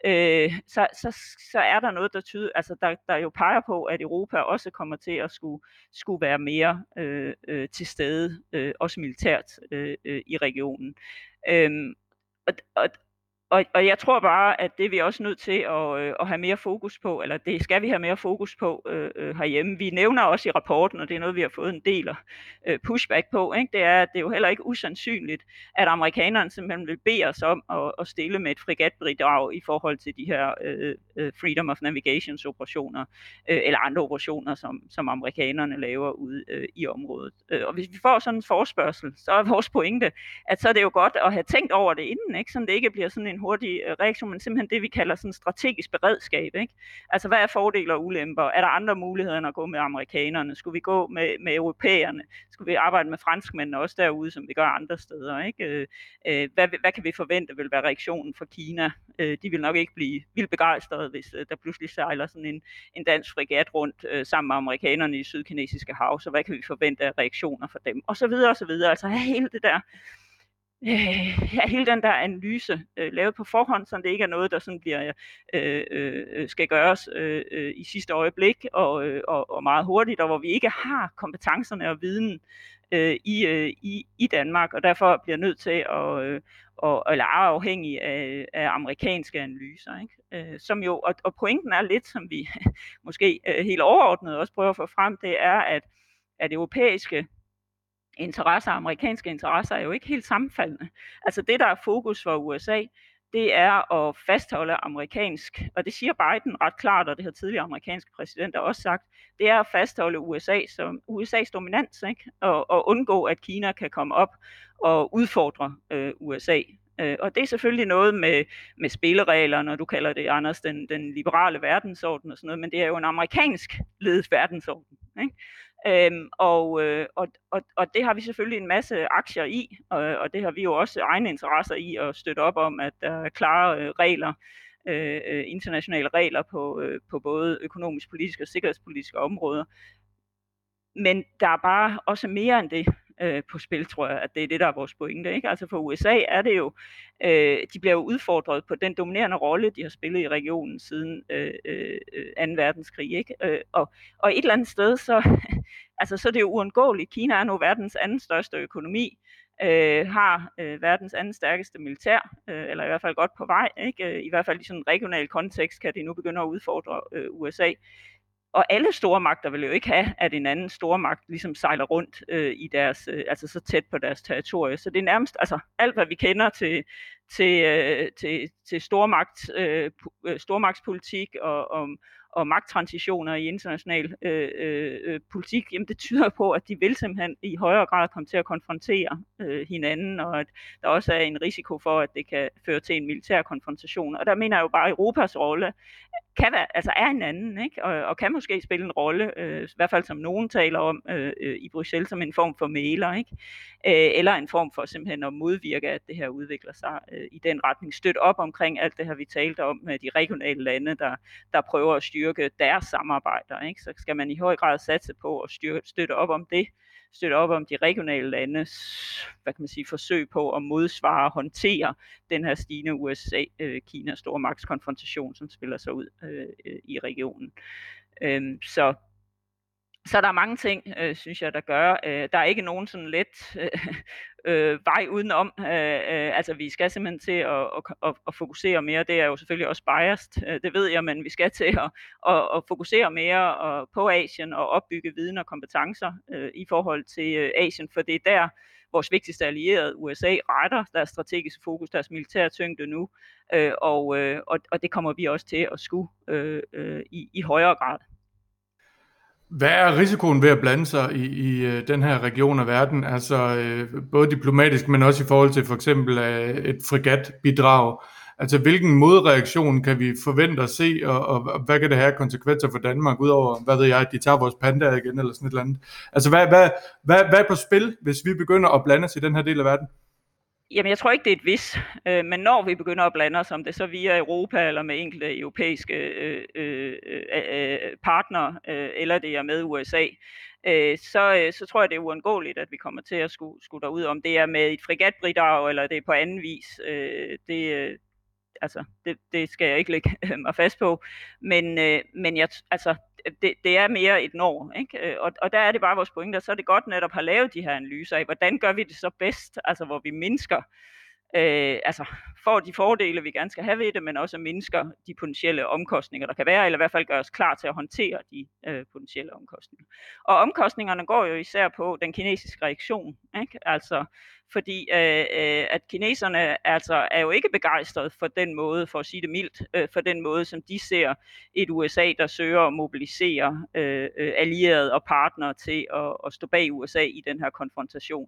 så er der noget, der tyder, altså der jo peger på, at Europa også kommer til at skulle være mere til stede, også militært i regionen. Og jeg tror bare, at det er vi også nødt til at have mere fokus på, eller det skal vi have mere fokus på herhjemme. Vi nævner også i rapporten, og det er noget, vi har fået en del pushback på, ikke? Det er, at det er jo heller ikke usandsynligt, at amerikanerne simpelthen vil bede os om at stille med et fregatbidrag i forhold til de her Freedom of Navigations operationer, eller andre operationer, som amerikanerne laver ude i området. Og hvis vi får sådan en forespørgsel, så er vores pointe, at så er det jo godt at have tænkt over det inden, ikke? Så det ikke bliver sådan en hurtig reaktion, men simpelthen det, vi kalder sådan strategisk beredskab, ikke? Altså, hvad er fordele og ulemper? Er der andre muligheder end at gå med amerikanerne? Skulle vi gå med europæerne? Skulle vi arbejde med franskmændene også derude, som vi gør andre steder, ikke? Hvad kan vi forvente vil være reaktionen fra Kina? De vil nok ikke blive vildt begejstrede, hvis der pludselig sejler sådan en dansk fregat rundt sammen med amerikanerne i Sydkinesiske hav, så hvad kan vi forvente af reaktioner fra dem? Og så videre og så videre. Altså, hele det der hele den der analyse lavet på forhånd, så det ikke er noget, der sådan bliver skal gøres i sidste øjeblik og meget hurtigt, og hvor vi ikke har kompetencerne og viden i Danmark, og derfor bliver nødt til eller er afhængig af amerikanske analyser, ikke? Som jo, og pointen er lidt, som vi måske helt overordnet også prøver at få frem, det er, at europæiske interesser, amerikanske interesser, er jo ikke helt sammenfaldende. Altså det, der er fokus for USA, det er at fastholde amerikansk, og det siger Biden ret klart, og det har tidligere amerikanske præsidenter også sagt, det er at fastholde USA som USA's dominans, ikke? Og undgå, at Kina kan komme op og udfordre USA. Og det er selvfølgelig noget med spilleregler, når du kalder det, Anders, den liberale verdensorden og sådan noget, men det er jo en amerikansk ledet verdensorden, ikke? Og det har vi selvfølgelig en masse aktier i, og det har vi jo også egne interesser i at støtte op om, at der er klare regler, internationale regler på både økonomisk, politisk og sikkerhedspolitiske områder. Men der er bare også mere end det på spil, tror jeg, at det er det, der er vores pointe, ikke? Altså for USA er det jo, de bliver jo udfordret på den dominerende rolle, de har spillet i regionen siden 2. verdenskrig, ikke? Og et eller andet sted, så så er det jo uundgåeligt. Kina er nu verdens anden største økonomi, har verdens anden stærkeste militær, eller i hvert fald godt på vej, ikke? I hvert fald i sådan en regional kontekst kan det nu begynde at udfordre USA. Og alle stormagter vil jo ikke have, at en anden stormagt ligesom sejler rundt i deres, så tæt på deres territorie. Så det er nærmest, alt hvad vi kender til stormagtspolitik og magttransitioner i international politik, jamen det tyder på, at de vil simpelthen i højere grad komme til at konfrontere hinanden, og at der også er en risiko for, at det kan føre til en militær konfrontation. Og der mener jeg jo bare, at Europas rolle kan være, er en anden, ikke? Og kan måske spille en rolle, i hvert fald som nogen taler om i Bruxelles, som en form for mægler, ikke? Eller en form for simpelthen at modvirke, at det her udvikler sig i den retning. Støtte op omkring alt det her, vi talte om med de regionale lande, der prøver at styrke deres samarbejder, ikke? Så skal man i høj grad satse på at støtte op om det, støtte op om de regionale landes, forsøg på at modsvare og håndtere den her stigende USA-Kina stormagtskonfrontation, som spiller sig ud i regionen. Så der er mange ting, synes jeg, der gør. Der er ikke nogen sådan let vej udenom. Vi skal simpelthen til at fokusere mere. Det er jo selvfølgelig også biased, det ved jeg, men vi skal til at fokusere mere på Asien og opbygge viden og kompetencer i forhold til Asien, for det er der, vores vigtigste allierede, USA, retter deres strategiske fokus, deres militære tyngde nu, og det kommer vi også til at skulle i højere grad. Hvad er risikoen ved at blande sig i den her region af verden, både diplomatisk, men også i forhold til for eksempel et fregatbidrag? Altså hvilken modreaktion kan vi forvente at se, og hvad kan det have konsekvenser for Danmark, udover, at de tager vores pandaer igen, eller sådan et eller andet? Altså hvad er på spil, hvis vi begynder at blande os i den her del af verden? Jamen, jeg tror ikke, det er et hvis, men når vi begynder at blande os, om det så via Europa eller med enkelte europæiske partnere, eller det er med USA, så tror jeg, det er uundgåeligt, at vi kommer til at skulle derud, om det er med et fregatbidrag, eller det er på anden vis. Det skal jeg ikke lægge mig fast på, men det er mere et når, ikke? Og der er det bare vores pointe, så er det godt netop at have lavet de her analyser af, hvordan gør vi det så bedst, hvor vi mindsker, får de fordele, vi gerne skal have ved det, men også mindsker de potentielle omkostninger, der kan være, eller i hvert fald gør os klar til at håndtere de potentielle omkostninger. Og omkostningerne går jo især på den kinesiske reaktion, ikke? Fordi at kineserne er jo ikke begejstrede for den måde, for at sige det mildt, for den måde, som de ser et USA, der søger at mobilisere allierede og partnere til at stå bag USA i den her konfrontation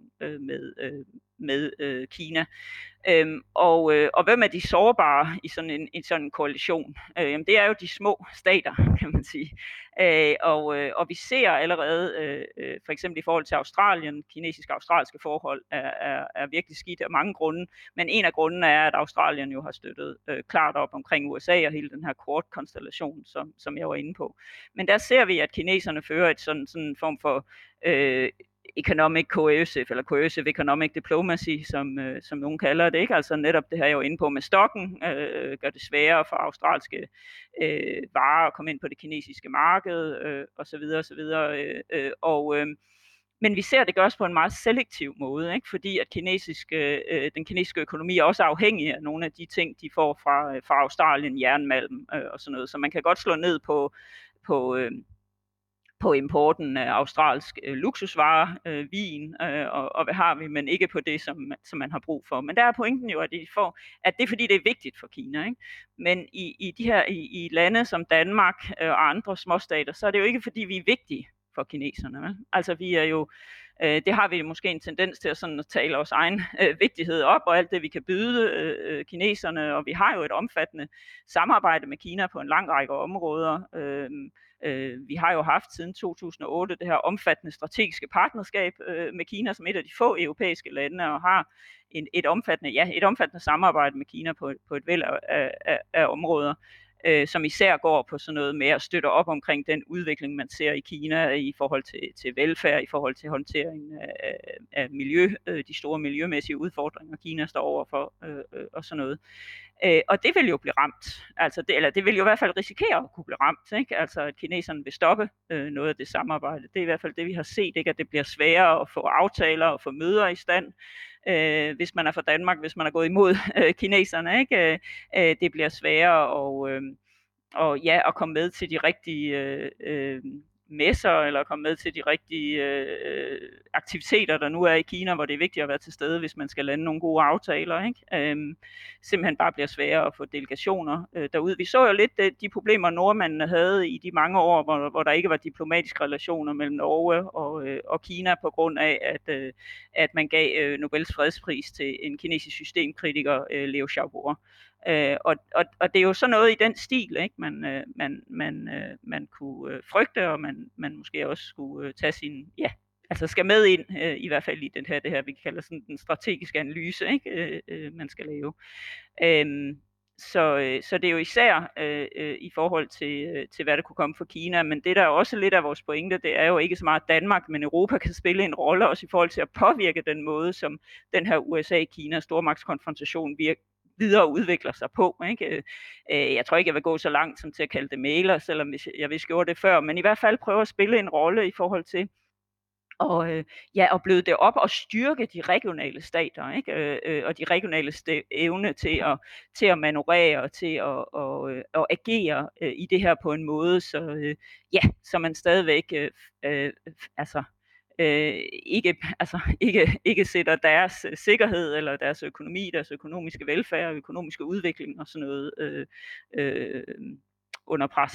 med Kina. Og hvem er de sårbare i sådan en koalition? Jamen det er jo de små stater, kan man sige. Og vi ser allerede, for eksempel i forhold til Australien, kinesisk-australske forhold er virkelig skidt af mange grunde, men en af grundene er, at Australien jo har støttet klart op omkring USA og hele den her Quad-konstellation, som jeg var inde på. Men der ser vi, at kineserne fører et sådan en form for economic coercive, eller coercive economic diplomacy, som nogen kalder det, ikke? Altså netop det her, jeg var inde på med stokken, gør det sværere for australske varer at komme ind på det kinesiske marked, osv. Men vi ser, at det gøres på en meget selektiv måde, ikke? Fordi at den kinesiske økonomi er også afhængig af nogle af de ting, de får fra Australien, jernmalm og sådan noget. Så man kan godt slå ned på importen af australsk luksusvarer, vin og hvad har vi, men ikke på det, som man har brug for. Men der er pointen jo, at det er fordi, det er vigtigt for Kina, ikke? Men i lande som Danmark og andre småstater, så er det jo ikke fordi, vi er vigtige for kineserne. Vel? Altså vi er jo Det har vi måske en tendens til at tale vores egen vigtighed op, og alt det, vi kan byde kineserne, og vi har jo et omfattende samarbejde med Kina på en lang række områder. Vi har jo haft siden 2008 det her omfattende strategiske partnerskab med Kina som et af de få europæiske lande, og har et omfattende samarbejde med Kina på et væld af områder, som især går på sådan noget med at støtte op omkring den udvikling, man ser i Kina i forhold til velfærd, i forhold til håndteringen af miljø, de store miljømæssige udfordringer, Kina står overfor, og sådan noget. Og det vil jo blive ramt, det vil jo i hvert fald risikere at kunne blive ramt, ikke? Altså at kineserne vil stoppe noget af det samarbejde. Det er i hvert fald det, vi har set, ikke? At det bliver sværere at få aftaler og få møder i stand, hvis man er fra Danmark, hvis man er gået imod kineserne, ikke? Det bliver sværere at komme med til de rigtige messer, eller komme med til de rigtige aktiviteter, der nu er i Kina, hvor det er vigtigt at være til stede, hvis man skal lande nogle gode aftaler, ikke? Simpelthen bare bliver sværere at få delegationer derude. Vi så jo lidt de problemer, nordmændene havde i de mange år, hvor der ikke var diplomatiske relationer mellem Norge og Kina, på grund af, at man gav Nobels fredspris til en kinesisk systemkritiker, Liu Xiaobo. Og det er jo sådan noget i den stil, ikke? Man kunne frygte, og man måske også skulle tage sin, skal med ind, i hvert fald i det her vi kalder sådan den strategiske analyse, ikke? Man skal lave. Så det er jo især i forhold til hvad der kunne komme fra Kina, men det der er også lidt af vores pointe, det er jo ikke så meget Danmark, men Europa kan spille en rolle også i forhold til at påvirke den måde, som den her USA-Kina stormagtskonfrontation videre udvikler sig på, ikke? Jeg tror ikke, jeg vil gå så langt som til at kalde det mægler, selvom jeg vist gjorde det før, men i hvert fald prøve at spille en rolle i forhold til og bløde det op og styrke de regionale stater, ikke? Og de regionale evne til at manøvrere og til at agere i det her på en måde, så man stadigvæk ikke sætter deres sikkerhed eller deres økonomi, deres økonomiske velfærd og økonomiske udvikling og sådan noget under pres.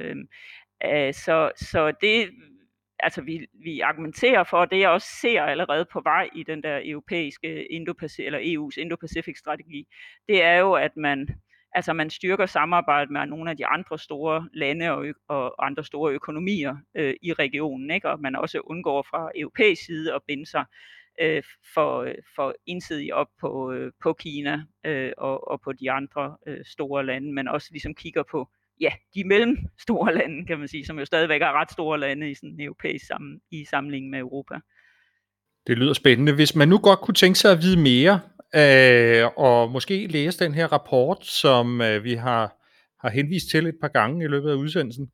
Så det, vi argumenterer for, det jeg også ser allerede på vej i den der europæiske eller EU's Indo-Pacific-strategi, det er jo, at man styrker samarbejdet med nogle af de andre store lande og andre store økonomier i regionen, ikke? Og man også undgår fra europæisk side at binde sig for ensidigt op på Kina og på de andre store lande, men også ligesom kigger på de mellemstore lande, kan man sige, som jo stadigvæk er ret store lande i sådan en europæisk sammenligning med Europa. Det lyder spændende. Hvis man nu godt kunne tænke sig at vide mere, og måske læse den her rapport, som vi har henvist til et par gange i løbet af udsendelsen,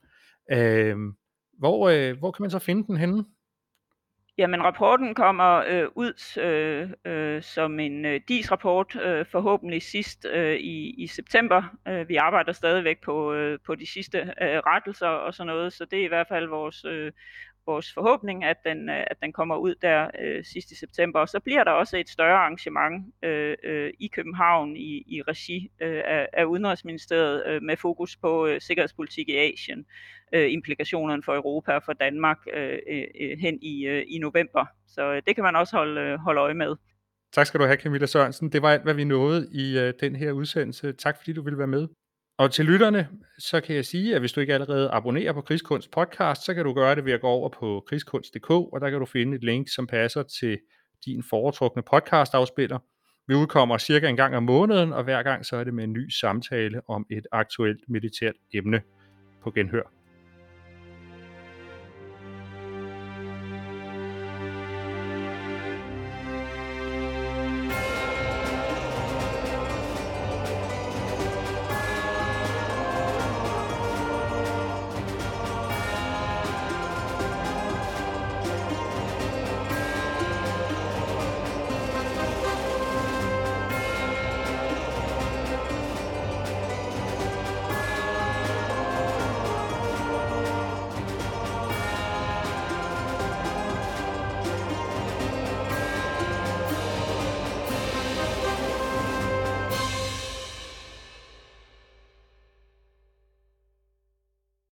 hvor kan man så finde den henne? Jamen, rapporten kommer ud som en DIS-rapport, forhåbentlig sidst i september. Vi arbejder stadigvæk på de sidste rettelser og sådan noget, så det er i hvert fald vores forhåbning, at den kommer ud der sidst i september. Og så bliver der også et større arrangement i København i regi af Udenrigsministeriet med fokus på sikkerhedspolitik i Asien, implikationerne for Europa og for Danmark hen i november. Så det kan man også holde øje med. Tak skal du have, Camilla Sørensen. Det var alt, hvad vi nåede i den her udsendelse. Tak fordi du ville være med. Og til lytterne, så kan jeg sige, at hvis du ikke allerede abonnerer på Krigskunst podcast, så kan du gøre det ved at gå over på krigskunst.dk, og der kan du finde et link, som passer til din foretrukne podcastafspiller. Vi udkommer cirka en gang om måneden, og hver gang så er det med en ny samtale om et aktuelt militært emne. På genhør.